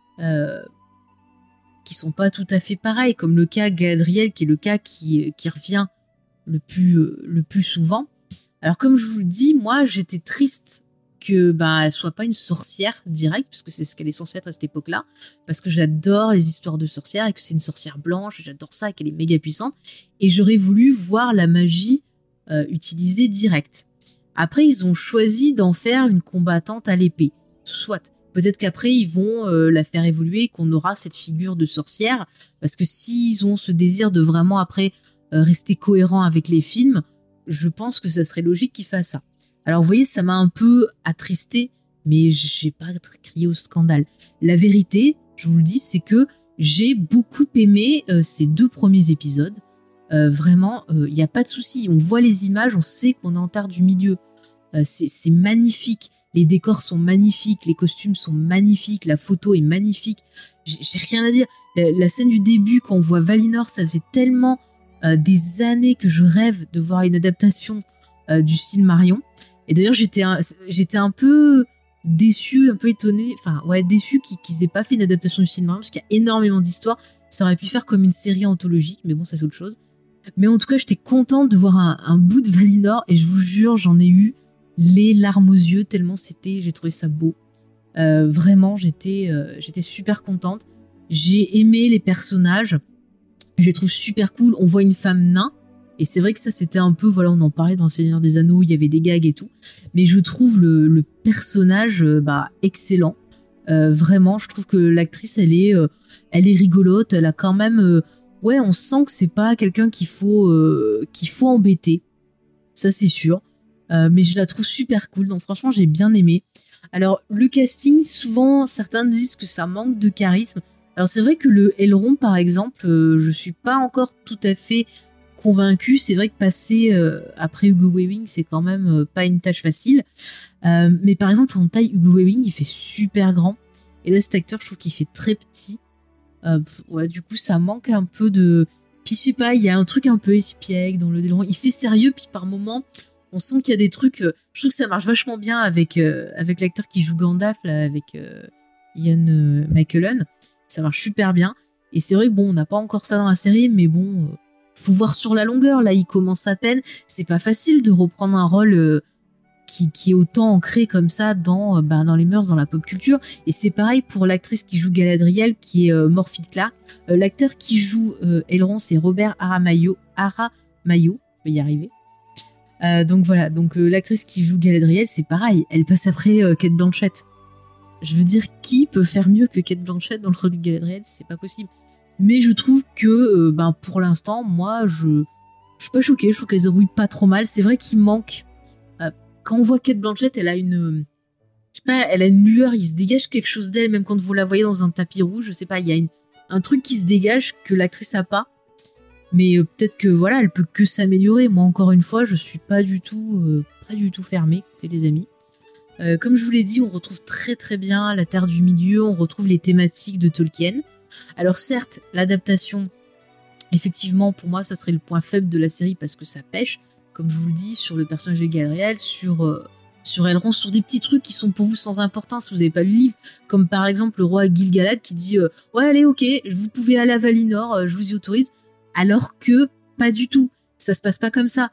qui sont pas tout à fait pareils, comme le cas Galadriel, qui est le cas qui revient le plus souvent. Alors comme je vous le dis, moi j'étais triste que elle soit pas une sorcière directe, parce que c'est ce qu'elle est censée être à cette époque-là, parce que j'adore les histoires de sorcières et que c'est une sorcière blanche, et j'adore ça et qu'elle est méga puissante, et j'aurais voulu voir la magie utilisée directe. Après, ils ont choisi d'en faire une combattante à l'épée. Soit. Peut-être qu'après, ils vont la faire évoluer et qu'on aura cette figure de sorcière, parce que s'ils ont ce désir de vraiment après rester cohérent avec les films, je pense que ça serait logique qu'ils fassent ça. Alors vous voyez, ça m'a un peu attristé, mais j'ai pas crié au scandale. La vérité, je vous le dis, c'est que j'ai beaucoup aimé ces 2 premiers épisodes. Vraiment, il n'y a pas de souci. On voit les images, on sait qu'on est en Terre du Milieu. C'est magnifique. Les décors sont magnifiques, les costumes sont magnifiques, la photo est magnifique. J'ai rien à dire. La scène du début, quand on voit Valinor, ça faisait tellement des années que je rêve de voir une adaptation du Silmarillion. Et d'ailleurs, j'étais un peu déçue, un peu étonnée, déçue qu'ils aient pas fait une adaptation du cinéma, parce qu'il y a énormément d'histoires. Ça aurait pu faire comme une série anthologique, mais bon, ça c'est autre chose. Mais en tout cas, j'étais contente de voir un bout de Valinor, et je vous jure, j'en ai eu les larmes aux yeux, tellement j'ai trouvé ça beau. Vraiment, j'étais super contente. J'ai aimé les personnages, je les trouve super cool. On voit une femme nain, et c'est vrai que ça, c'était un peu, voilà, on en parlait dans Seigneur des Anneaux, il y avait des gags et tout, mais je trouve le personnage excellent. Vraiment, je trouve que l'actrice, elle est rigolote, elle a quand même... on sent que c'est pas quelqu'un qu'il faut embêter, ça c'est sûr. Mais je la trouve super cool, donc franchement, j'ai bien aimé. Alors, le casting, souvent, certains disent que ça manque de charisme. Alors, c'est vrai que le Elrond, par exemple, je suis pas encore tout à fait convaincue. C'est vrai que passer après Hugo Weaving, c'est quand même pas une tâche facile. Mais par exemple, en taille, Hugo Weaving, il fait super grand. Et là, cet acteur, je trouve qu'il fait très petit. Du coup, ça manque un peu de... Puis, je sais pas, il y a un truc un peu espiègle dans le Elrond. Il fait sérieux, puis par moments... On sent qu'il y a des trucs... je trouve que ça marche vachement bien avec l'acteur qui joue Gandalf, là, avec Ian McKellen. Ça marche super bien. Et c'est vrai que on n'a pas encore ça dans la série, mais faut voir sur la longueur. Là, il commence à peine. C'est pas facile de reprendre un rôle qui est autant ancré comme ça dans les mœurs, dans la pop culture. Et c'est pareil pour l'actrice qui joue Galadriel, qui est Morphy Clark. L'acteur qui joue Elrond, c'est Robert Aramayo. Je vais y arriver. Donc voilà, l'actrice qui joue Galadriel, c'est pareil, elle passe après Cate Blanchett. Je veux dire, qui peut faire mieux que Cate Blanchett dans le rôle de Galadriel? C'est pas possible. Mais je trouve que, pour l'instant, moi, je suis pas choquée, je trouve qu'elle se débrouille pas trop mal. C'est vrai qu'il manque... quand on voit Cate Blanchett, elle a une... elle a une lueur, il se dégage quelque chose d'elle, même quand vous la voyez dans un tapis rouge, je sais pas, il y a un truc qui se dégage que l'actrice a pas. Mais peut-être que voilà, elle peut que s'améliorer. Moi, encore une fois, je suis pas du tout fermée, écoutez les amis. Comme je vous l'ai dit, on retrouve très très bien la Terre du Milieu, on retrouve les thématiques de Tolkien. Alors certes, l'adaptation, effectivement, pour moi, ça serait le point faible de la série parce que ça pêche, comme je vous le dis, sur le personnage de Galadriel, sur Elrond, sur des petits trucs qui sont pour vous sans importance si vous n'avez pas lu le livre, comme par exemple le roi Gil-galad qui dit ouais allez ok, vous pouvez aller à Valinor, je vous y autorise. Alors que pas du tout, ça se passe pas comme ça.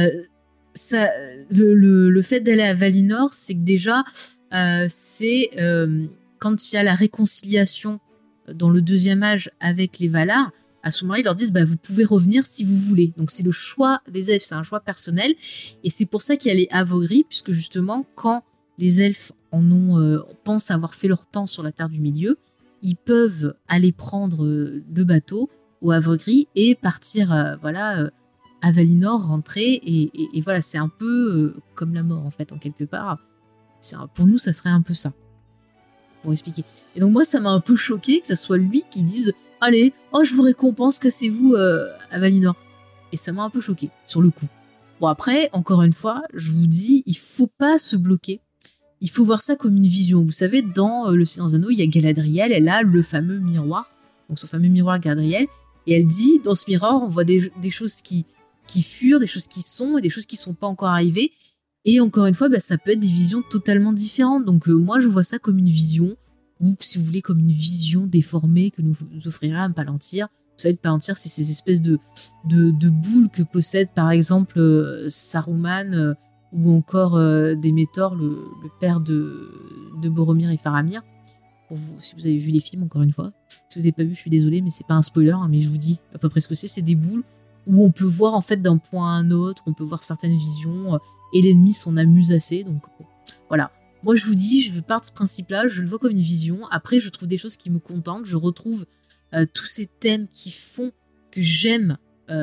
Le fait d'aller à Valinor, c'est que déjà, c'est quand il y a la réconciliation dans le deuxième âge avec les Valar, à ce moment-là, ils leur disent vous pouvez revenir si vous voulez. Donc c'est le choix des elfes, c'est un choix personnel, et c'est pour ça qu'il y a les Avogris, puisque justement, quand les elfes pensent avoir fait leur temps sur la Terre du Milieu, ils peuvent aller prendre le bateau au Havre-Gris et partir à Valinor, rentrer et voilà, c'est un peu comme la mort en fait, en quelque part. Pour nous, ça serait un peu ça, pour expliquer. Et donc moi, ça m'a un peu choqué que ça soit lui qui dise allez, je vous récompense, cassez-vous à Valinor. Et ça m'a un peu choqué sur le coup. Bon après, encore une fois, je vous dis, il faut pas se bloquer. Il faut voir ça comme une vision. Vous savez, dans Le Seigneur des Anneaux, il y a Galadriel, elle a le fameux miroir, donc son fameux miroir Galadriel. Et elle dit, dans ce miroir, on voit des choses qui furent, des choses qui sont, et des choses qui sont pas encore arrivées. Et encore une fois, ça peut être des visions totalement différentes. Donc moi, je vois ça comme une vision, ou si vous voulez, comme une vision déformée que nous offrira un Palantir. Vous savez, le Palantir, c'est ces espèces de boules que possède, par exemple, Saruman, ou encore Denethor, le père de Boromir et Faramir. Pour vous, si vous avez vu les films, encore une fois. Si vous n'avez pas vu, je suis désolée, mais c'est pas un spoiler, mais je vous dis à peu près ce que c'est. C'est des boules où on peut voir en fait d'un point à un autre, on peut voir certaines visions, et l'ennemi s'en amuse assez. Donc voilà. Moi, je vous dis, je pars de ce principe-là, je le vois comme une vision. Après, je trouve des choses qui me contentent. Je retrouve tous ces thèmes qui font que j'aime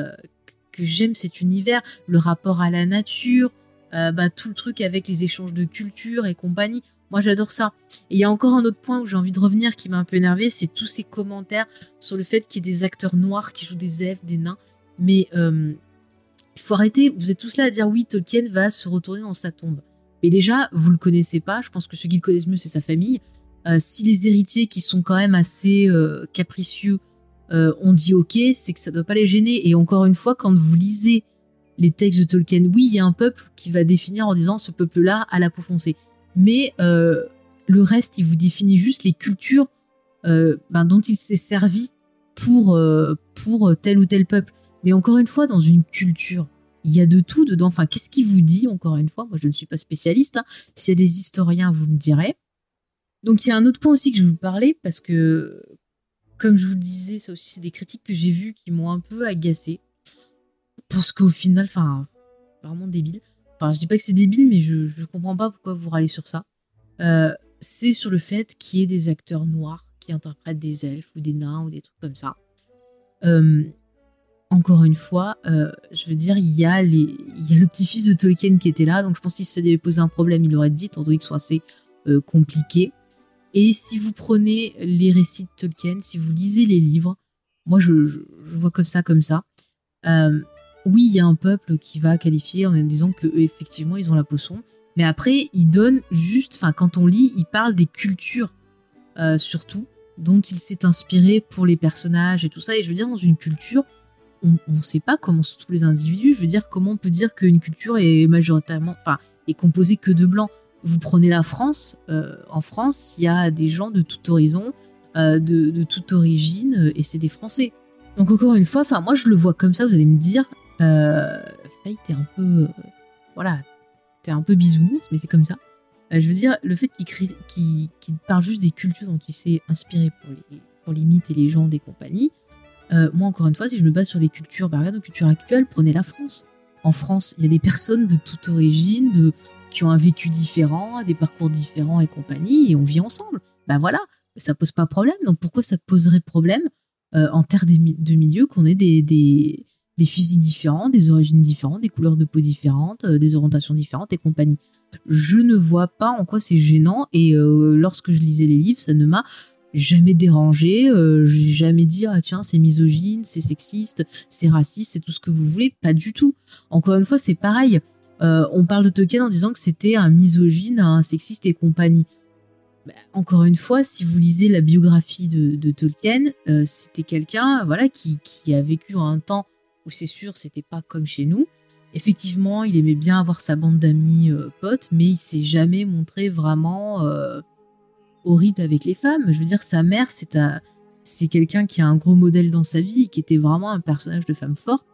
cet univers, le rapport à la nature, tout le truc avec les échanges de culture et compagnie. Moi, j'adore ça. Et il y a encore un autre point où j'ai envie de revenir qui m'a un peu énervé, c'est tous ces commentaires sur le fait qu'il y ait des acteurs noirs qui jouent des elfes, des nains. Mais il faut arrêter. Vous êtes tous là à dire oui, Tolkien va se retourner dans sa tombe. Mais déjà, vous le connaissez pas. Je pense que ceux qui le connaissent mieux, c'est sa famille. Si les héritiers qui sont quand même assez capricieux ont dit ok, c'est que ça doit pas les gêner. Et encore une fois, quand vous lisez les textes de Tolkien, oui, il y a un peuple qui va définir en disant ce peuple-là a la peau foncée. mais le reste, il vous définit juste les cultures dont il s'est servi pour tel ou tel peuple. Mais encore une fois, dans une culture, il y a de tout dedans. Enfin, qu'est-ce qui vous dit, encore une fois? Moi, je ne suis pas spécialiste. Hein. S'il y a des historiens, vous me direz. Donc, il y a un autre point aussi que je vais vous parler, parce que, comme je vous le disais, ça aussi, c'est des critiques que j'ai vues qui m'ont un peu agacée. Parce qu'au final, enfin, vraiment débile. Enfin, je dis pas que c'est débile, mais je ne comprends pas pourquoi vous râlez sur ça. C'est sur le fait qu'il y ait des acteurs noirs qui interprètent des elfes ou des nains ou des trucs comme ça. Encore une fois, je veux dire, il y a le petit-fils de Tolkien qui était là, donc je pense que si ça devait poser un problème, il l'aurait dit, étant donné qu'ils sont assez compliqués. Et si vous prenez les récits de Tolkien, si vous lisez les livres, moi je vois comme ça. Oui, il y a un peuple qui va qualifier en disant qu'effectivement ils ont la potion, mais après il donne juste, enfin quand on lit, il parle des cultures surtout, dont il s'est inspiré pour les personnages et tout ça. Et je veux dire, dans une culture, on ne sait pas comment sont tous les individus. Je veux dire, comment on peut dire qu'une culture est majoritairement, enfin, est composée que de blancs. Vous prenez la France, en France, il y a des gens de tout horizon, de toute origine, et c'est des Français. Donc encore une fois, enfin moi je le vois comme ça, vous allez me dire, Faye, t'es un peu, t'es un peu bisounours, mais c'est comme ça. Je veux dire, le fait qu'il parle juste des cultures dont il s'est inspiré pour les mythes et les légendes et compagnie, moi encore une fois, si je me base sur les cultures, regarde nos cultures actuelles, prenez la France. En France, il y a des personnes de toute origine, qui ont un vécu différent, des parcours différents et compagnie, et on vit ensemble. Ben voilà, ça pose pas problème. Donc pourquoi ça poserait problème en terre de milieu qu'on ait des physiques différents, des origines différentes, des couleurs de peau différentes, des orientations différentes et compagnie? Je ne vois pas en quoi c'est gênant, et lorsque je lisais les livres, ça ne m'a jamais dérangé. J'ai jamais dit ah tiens c'est misogyne, c'est sexiste, c'est raciste, c'est tout ce que vous voulez. Pas du tout. Encore une fois, c'est pareil. On parle de Tolkien en disant que c'était un misogyne, un sexiste et compagnie. Encore une fois, si vous lisez la biographie de Tolkien, c'était quelqu'un qui a vécu un temps où c'est sûr c'était pas comme chez nous. Effectivement, il aimait bien avoir sa bande d'amis potes, mais il s'est jamais montré vraiment horrible avec les femmes. Je veux dire, sa mère, c'est quelqu'un qui a un gros modèle dans sa vie, qui était vraiment un personnage de femme forte.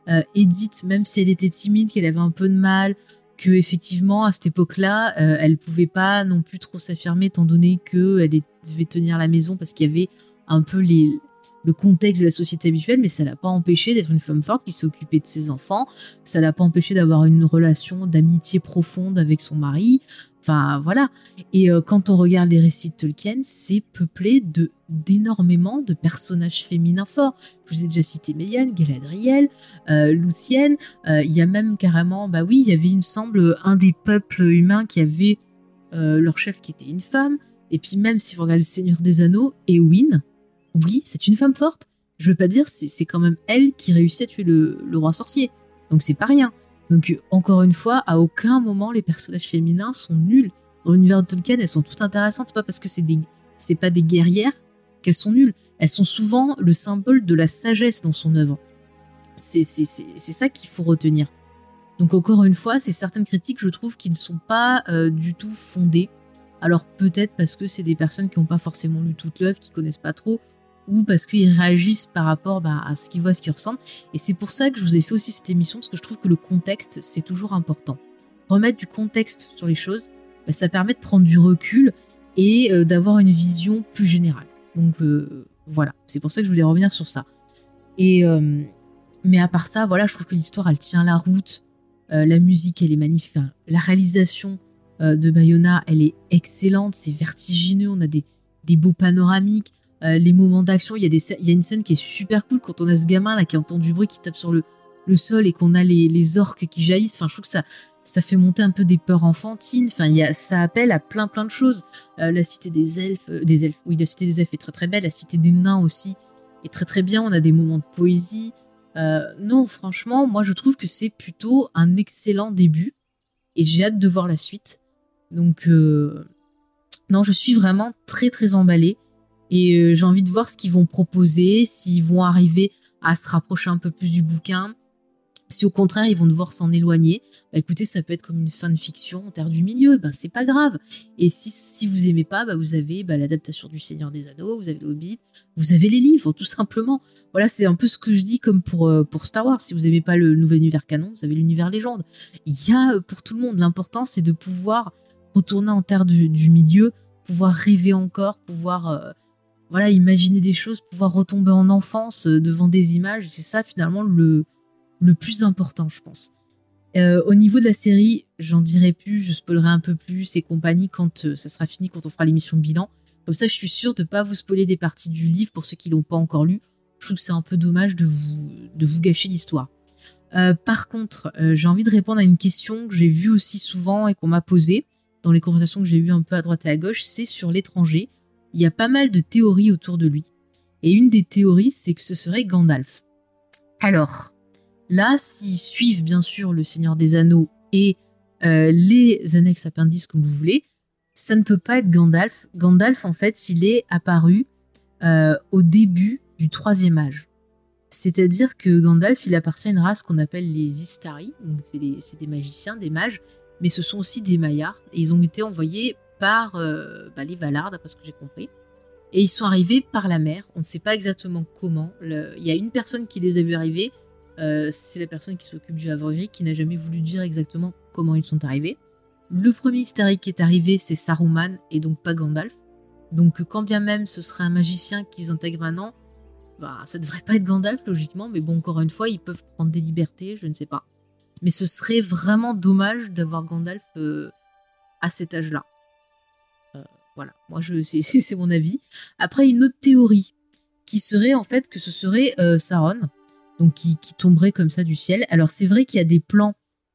Edith, même si elle était timide, qu'elle avait un peu de mal, que effectivement à cette époque-là, elle pouvait pas non plus trop s'affirmer, étant donné qu'elle devait tenir la maison parce qu'il y avait un peu le contexte de la société habituelle, mais ça l'a pas empêché d'être une femme forte qui s'est occupée de ses enfants, ça l'a pas empêché d'avoir une relation d'amitié profonde avec son mari. Enfin, voilà. Et quand on regarde les récits de Tolkien, c'est peuplé d'énormément de personnages féminins forts. Je vous ai déjà cité Méliane, Galadriel, Lucienne. Il y a même carrément, il y avait, il me semble, un des peuples humains qui avait leur chef qui était une femme. Et puis même, si vous regardez Le Seigneur des Anneaux, Éowyn, oui, c'est une femme forte. Je veux pas dire, c'est quand même elle qui réussit à tuer le roi sorcier. Donc c'est pas rien. Donc, encore une fois, à aucun moment les personnages féminins sont nuls. Dans l'univers de Tolkien, elles sont toutes intéressantes. C'est pas parce que c'est pas des guerrières qu'elles sont nulles. Elles sont souvent le symbole de la sagesse dans son œuvre. C'est ça qu'il faut retenir. Donc, encore une fois, c'est certaines critiques, je trouve, qui ne sont pas du tout fondées. Alors, peut-être parce que c'est des personnes qui n'ont pas forcément lu toute l'œuvre, qui connaissent pas trop, ou parce qu'ils réagissent par rapport à ce qu'ils voient, ce qu'ils ressentent. Et c'est pour ça que je vous ai fait aussi cette émission, parce que je trouve que le contexte, c'est toujours important. Remettre du contexte sur les choses, ça permet de prendre du recul et d'avoir une vision plus générale. Donc voilà, c'est pour ça que je voulais revenir sur ça. Et mais à part ça, voilà, je trouve que l'histoire, elle tient la route. La musique, elle est magnifique. Enfin, la réalisation de Bayona, elle est excellente. C'est vertigineux, on a des beaux panoramiques. Les moments d'action, il y a une scène qui est super cool quand on a ce gamin là qui entend du bruit, qui tape sur le sol, et qu'on a les orques qui jaillissent. Enfin, je trouve que ça fait monter un peu des peurs enfantines. Enfin, ça appelle à plein de choses. La cité des elfes, oui, la cité des elfes est très très belle. La cité des nains aussi est très très bien. On a des moments de poésie. Non, franchement, moi je trouve que c'est plutôt un excellent début, et j'ai hâte de voir la suite. Donc non, je suis vraiment très très emballée. Et j'ai envie de voir ce qu'ils vont proposer, s'ils vont arriver à se rapprocher un peu plus du bouquin, Si au contraire ils vont devoir s'en éloigner, écoutez, ça peut être comme une fanfiction en terre du milieu, c'est pas grave. Et si vous aimez pas, vous avez l'adaptation du Seigneur des Anneaux, vous avez le Hobbit, vous avez les livres tout simplement. Voilà, c'est un peu ce que je dis comme pour Star Wars. Si vous aimez pas le nouvel univers canon, vous avez l'univers légende. Il y a pour tout le monde. L'important c'est de pouvoir retourner en terre du milieu, pouvoir rêver encore, pouvoir imaginer des choses, pouvoir retomber en enfance devant des images. C'est ça finalement le plus important, je pense. Au niveau de la série, j'en dirai plus, je spoilerai un peu plus et compagnie quand ça sera fini, quand on fera l'émission de bilan. Comme ça, je suis sûre de ne pas vous spoiler des parties du livre pour ceux qui l'ont pas encore lu. Je trouve que c'est un peu dommage de vous gâcher l'histoire. Par contre, j'ai envie de répondre à une question que j'ai vue aussi souvent et qu'on m'a posée dans les conversations que j'ai eues un peu à droite et à gauche, c'est sur l'étranger. Il y a pas mal de théories autour de lui. Et une des théories, c'est que ce serait Gandalf. Alors, là, s'ils suivent bien sûr le Seigneur des Anneaux et les annexes appendices comme vous voulez, ça ne peut pas être Gandalf. Gandalf, en fait, il est apparu au début du 3e âge. C'est-à-dire que Gandalf, il appartient à une race qu'on appelle les Istari. Donc c'est des magiciens, des mages, mais ce sont aussi des Maillards. Et ils ont été envoyés par les Valar, d'après ce que j'ai compris. Et ils sont arrivés par la mer. On ne sait pas exactement comment. Il y a une personne qui les a vus arriver. C'est la personne qui s'occupe du Havre Gris, qui n'a jamais voulu dire exactement comment ils sont arrivés. Le premier Istari qui est arrivé, c'est Saruman, et donc pas Gandalf. Donc quand bien même ce serait un magicien qu'ils intègrent maintenant, ça devrait pas être Gandalf logiquement, mais bon, encore une fois, ils peuvent prendre des libertés, je ne sais pas. Mais ce serait vraiment dommage d'avoir Gandalf à cet âge-là. Voilà, moi c'est mon avis. Après, une autre théorie qui serait en fait que ce serait Sauron, donc qui tomberait comme ça du ciel. Alors c'est vrai qu'il y a des plans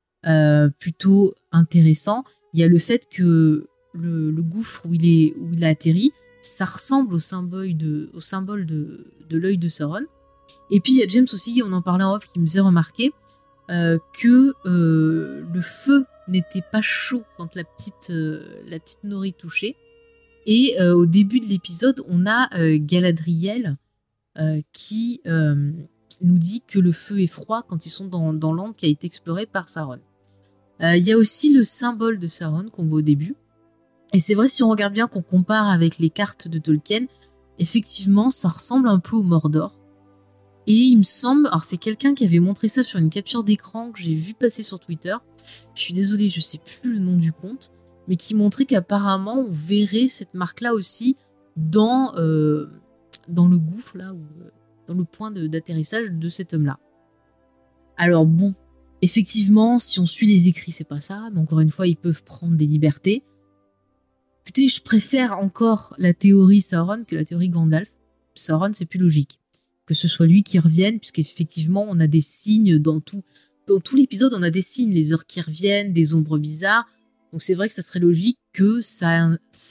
plutôt intéressants. Il y a le fait que le gouffre où il a atterri, ça ressemble au symbole de l'œil de Sauron. Et puis il y a James aussi, on en parlait en off, qui me faisait remarquer que le feu n'était pas chaud quand la petite Nori touchait. Et au début de l'épisode, on a Galadriel qui nous dit que le feu est froid quand ils sont dans l'Ande qui a été exploré par Sauron. Il y a aussi le symbole de Sauron qu'on voit au début. Et c'est vrai, si on regarde bien, qu'on compare avec les cartes de Tolkien, effectivement, ça ressemble un peu au Mordor. Et il me semble, alors c'est quelqu'un qui avait montré ça sur une capture d'écran que j'ai vu passer sur Twitter. Je suis désolée, je sais plus le nom du compte, mais qui montrait qu'apparemment on verrait cette marque-là aussi dans le gouffre là, ou dans le point d'atterrissage de cet homme-là. Alors bon, effectivement, si on suit les écrits, c'est pas ça, mais encore une fois, ils peuvent prendre des libertés. Écoutez, je préfère encore la théorie Sauron que la théorie Gandalf. Sauron, c'est plus logique. Que ce soit lui qui revienne, puisqu'effectivement, on a des signes dans tout l'épisode, on a des signes, les heures qui reviennent, des ombres bizarres. Donc c'est vrai que ça serait logique que ça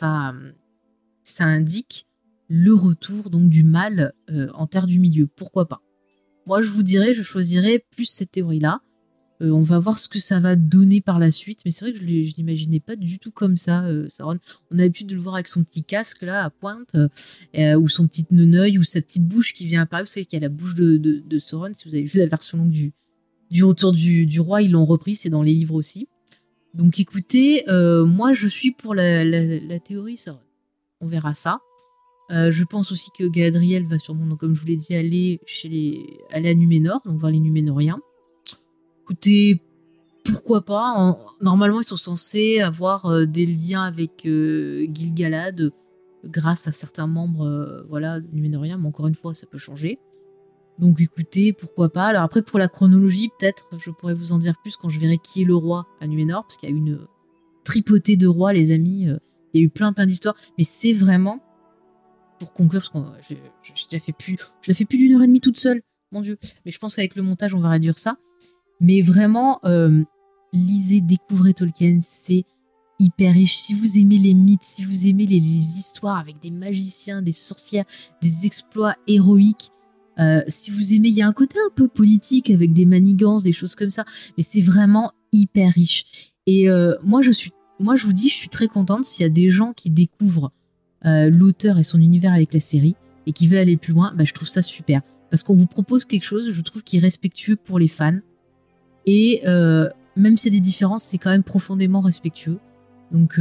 indique le retour donc du mal en terre du milieu. Pourquoi pas? Moi, je choisirais plus cette théorie-là. On va voir ce que ça va donner par la suite, mais c'est vrai que je l'imaginais pas du tout comme ça, Sauron. On a l'habitude de le voir avec son petit casque là à pointe, ou son petit neneuil, ou sa petite bouche qui vient apparaître. Vous savez qu'il y a la bouche de Sauron. Si vous avez vu la version longue du Retour du Roi, ils l'ont repris, c'est dans les livres aussi. Donc écoutez, moi je suis pour la théorie Sauron. On verra ça. Je pense aussi que Galadriel va sûrement, donc, comme je vous l'ai dit, aller à Numénor, donc voir les Numénoriens. Écoutez, pourquoi pas, normalement ils sont censés avoir des liens avec Gil-galad grâce à certains membres Numénoriens, mais encore une fois ça peut changer. Donc écoutez, pourquoi pas. Alors après, pour la chronologie, peut-être je pourrais vous en dire plus quand je verrai qui est le roi à Numénor, parce qu'il y a eu une tripotée de rois, les amis. Il y a eu plein d'histoires, mais c'est vraiment, pour conclure, parce que je la fais plus d'une heure et demie toute seule, mon Dieu. Mais je pense qu'avec le montage, on va réduire ça. Mais vraiment, lisez, découvrez Tolkien, c'est hyper riche. Si vous aimez les mythes, si vous aimez les histoires avec des magiciens, des sorcières, des exploits héroïques, si vous aimez, il y a un côté un peu politique avec des manigances, des choses comme ça, mais c'est vraiment hyper riche. Et moi, je vous dis, je suis très contente s'il y a des gens qui découvrent l'auteur et son univers avec la série et qui veulent aller plus loin, je trouve ça super. Parce qu'on vous propose quelque chose, je trouve, qui est respectueux pour les fans. Et même s'il y a des différences, c'est quand même profondément respectueux. Donc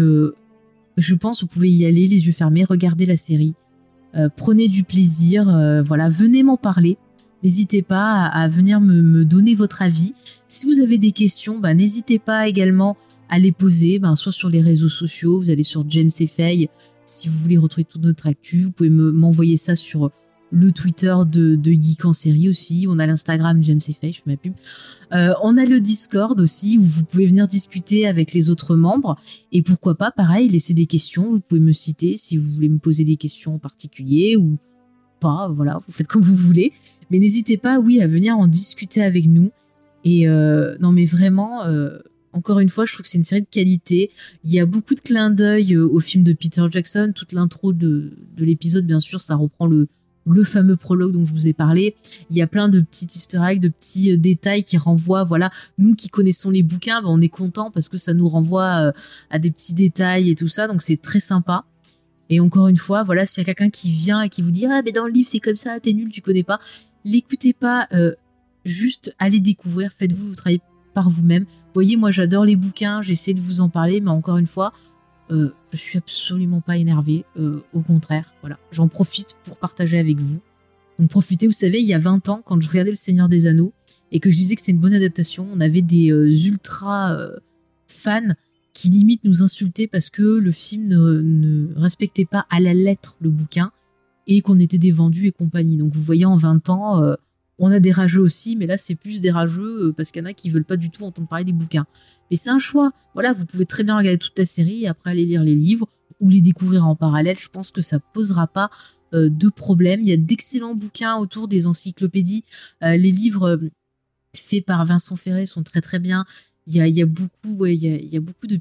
je pense que vous pouvez y aller les yeux fermés, regarder la série. Prenez du plaisir, voilà, venez m'en parler. N'hésitez pas à venir me donner votre avis. Si vous avez des questions, n'hésitez pas également à les poser, soit sur les réseaux sociaux, vous allez sur James et Faye. Si vous voulez retrouver toute notre actu, vous pouvez m'envoyer ça sur le Twitter de Geek en série aussi. On a l'Instagram James et Faye, je fais ma pub. On a le Discord aussi, où vous pouvez venir discuter avec les autres membres. Et pourquoi pas, pareil, laisser des questions. Vous pouvez me citer si vous voulez me poser des questions en particulier ou pas. Voilà, vous faites comme vous voulez. Mais n'hésitez pas, oui, à venir en discuter avec nous. Et non, mais vraiment, encore une fois, je trouve que c'est une série de qualité. Il y a beaucoup de clins d'œil au film de Peter Jackson. Toute l'intro de l'épisode, bien sûr, ça reprend le fameux prologue dont je vous ai parlé. Il y a plein de petits easter eggs, de petits détails qui renvoient, voilà, nous qui connaissons les bouquins, on est contents parce que ça nous renvoie à des petits détails et tout ça, donc c'est très sympa. Et encore une fois, voilà, s'il y a quelqu'un qui vient et qui vous dit « Ah, mais dans le livre, c'est comme ça, t'es nul, tu connais pas », l'écoutez pas, juste allez découvrir, faites-vous vous travailler par vous-même. Vous voyez, moi j'adore les bouquins, j'essaie de vous en parler, mais encore une fois, je suis absolument pas énervée, au contraire, voilà, j'en profite pour partager avec vous. Donc profitez, vous savez, il y a 20 ans, quand je regardais Le Seigneur des Anneaux, et que je disais que c'est une bonne adaptation, on avait des ultra fans qui limite nous insultaient parce que le film ne respectait pas à la lettre le bouquin, et qu'on était des vendus et compagnie. Donc vous voyez, en 20 ans, on a des rageux aussi, mais là c'est plus des rageux parce qu'il y en a qui veulent pas du tout entendre parler des bouquins. Mais c'est un choix. Voilà, vous pouvez très bien regarder toute la série et après aller lire les livres ou les découvrir en parallèle. Je pense que ça posera pas de problème. Il y a d'excellents bouquins autour des encyclopédies. Les livres faits par Vincent Ferré sont très très bien. Il y a beaucoup de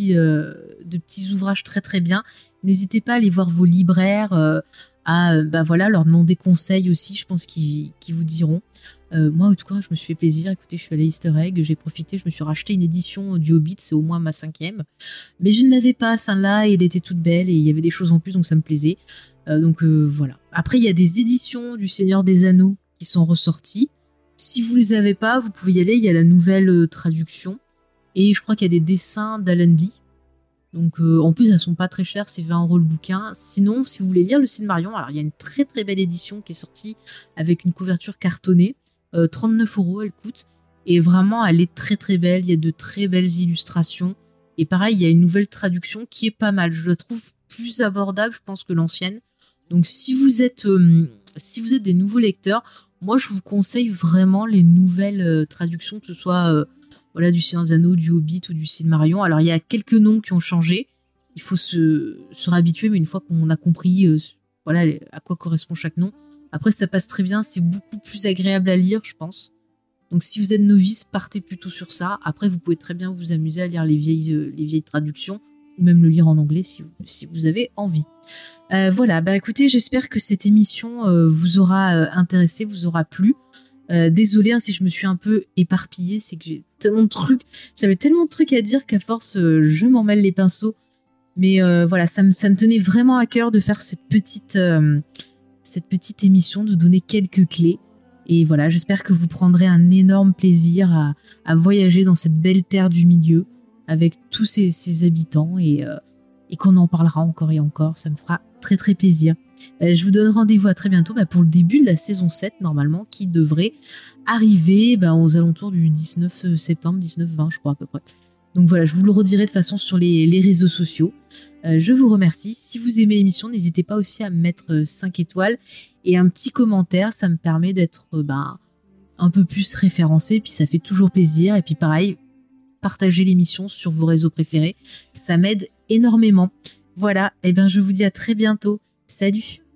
petits ouvrages très très bien. N'hésitez pas à aller voir vos libraires, leur demander conseil aussi, je pense qu'ils vous diront. Moi, en tout cas, je me suis fait plaisir. Écoutez, je suis allée à Easter Egg, j'ai profité, je me suis racheté une édition du Hobbit, c'est au moins ma 5e. Mais je ne l'avais pas, celle-là, et elle était toute belle, et il y avait des choses en plus, donc ça me plaisait. Voilà. Après, il y a des éditions du Seigneur des Anneaux qui sont ressorties. Si vous les avez pas, vous pouvez y aller, il y a la nouvelle traduction. Et je crois qu'il y a des dessins d'Alan Lee. Donc en plus elles sont pas très chères, c'est 20 € le bouquin. Sinon, si vous voulez lire le Silmarillion, alors il y a une très très belle édition qui est sortie avec une couverture cartonnée, 39 € elle coûte, et vraiment elle est très très belle, il y a de très belles illustrations, et pareil il y a une nouvelle traduction qui est pas mal, je la trouve plus abordable je pense que l'ancienne. Donc si vous êtes des nouveaux lecteurs, moi je vous conseille vraiment les nouvelles traductions, que ce soit du Seigneur des Anneaux, du Hobbit ou du Silmarillion. Alors il y a quelques noms qui ont changé, il faut se réhabituer, mais une fois qu'on a compris à quoi correspond chaque nom, après ça passe très bien, c'est beaucoup plus agréable à lire je pense. Donc si vous êtes novice, partez plutôt sur ça. Après vous pouvez très bien vous amuser à lire les vieilles traductions, ou même le lire en anglais si vous avez envie. Écoutez, j'espère que cette émission vous aura intéressé, vous aura plu. Désolée si je me suis un peu éparpillée, c'est que j'avais tellement de trucs à dire qu'à force je m'en mêle les pinceaux. Mais ça me tenait vraiment à cœur de faire cette petite émission, de donner quelques clés. Et voilà, j'espère que vous prendrez un énorme plaisir à voyager dans cette belle terre du milieu avec tous ses habitants et qu'on en parlera encore et encore. Ça me fera très très plaisir. Je vous donne rendez-vous à très bientôt pour le début de la saison 7 normalement, qui devrait arriver aux alentours du 19 septembre, 19-20 je crois à peu près. Donc voilà, je vous le redirai de toute façon sur les réseaux sociaux. Je vous remercie. Si vous aimez l'émission, n'hésitez pas aussi à me mettre 5 étoiles et un petit commentaire, ça me permet d'être un peu plus référencé, puis ça fait toujours plaisir. Et puis pareil, partagez l'émission sur vos réseaux préférés, ça m'aide énormément. Voilà, je vous dis à très bientôt. Salut!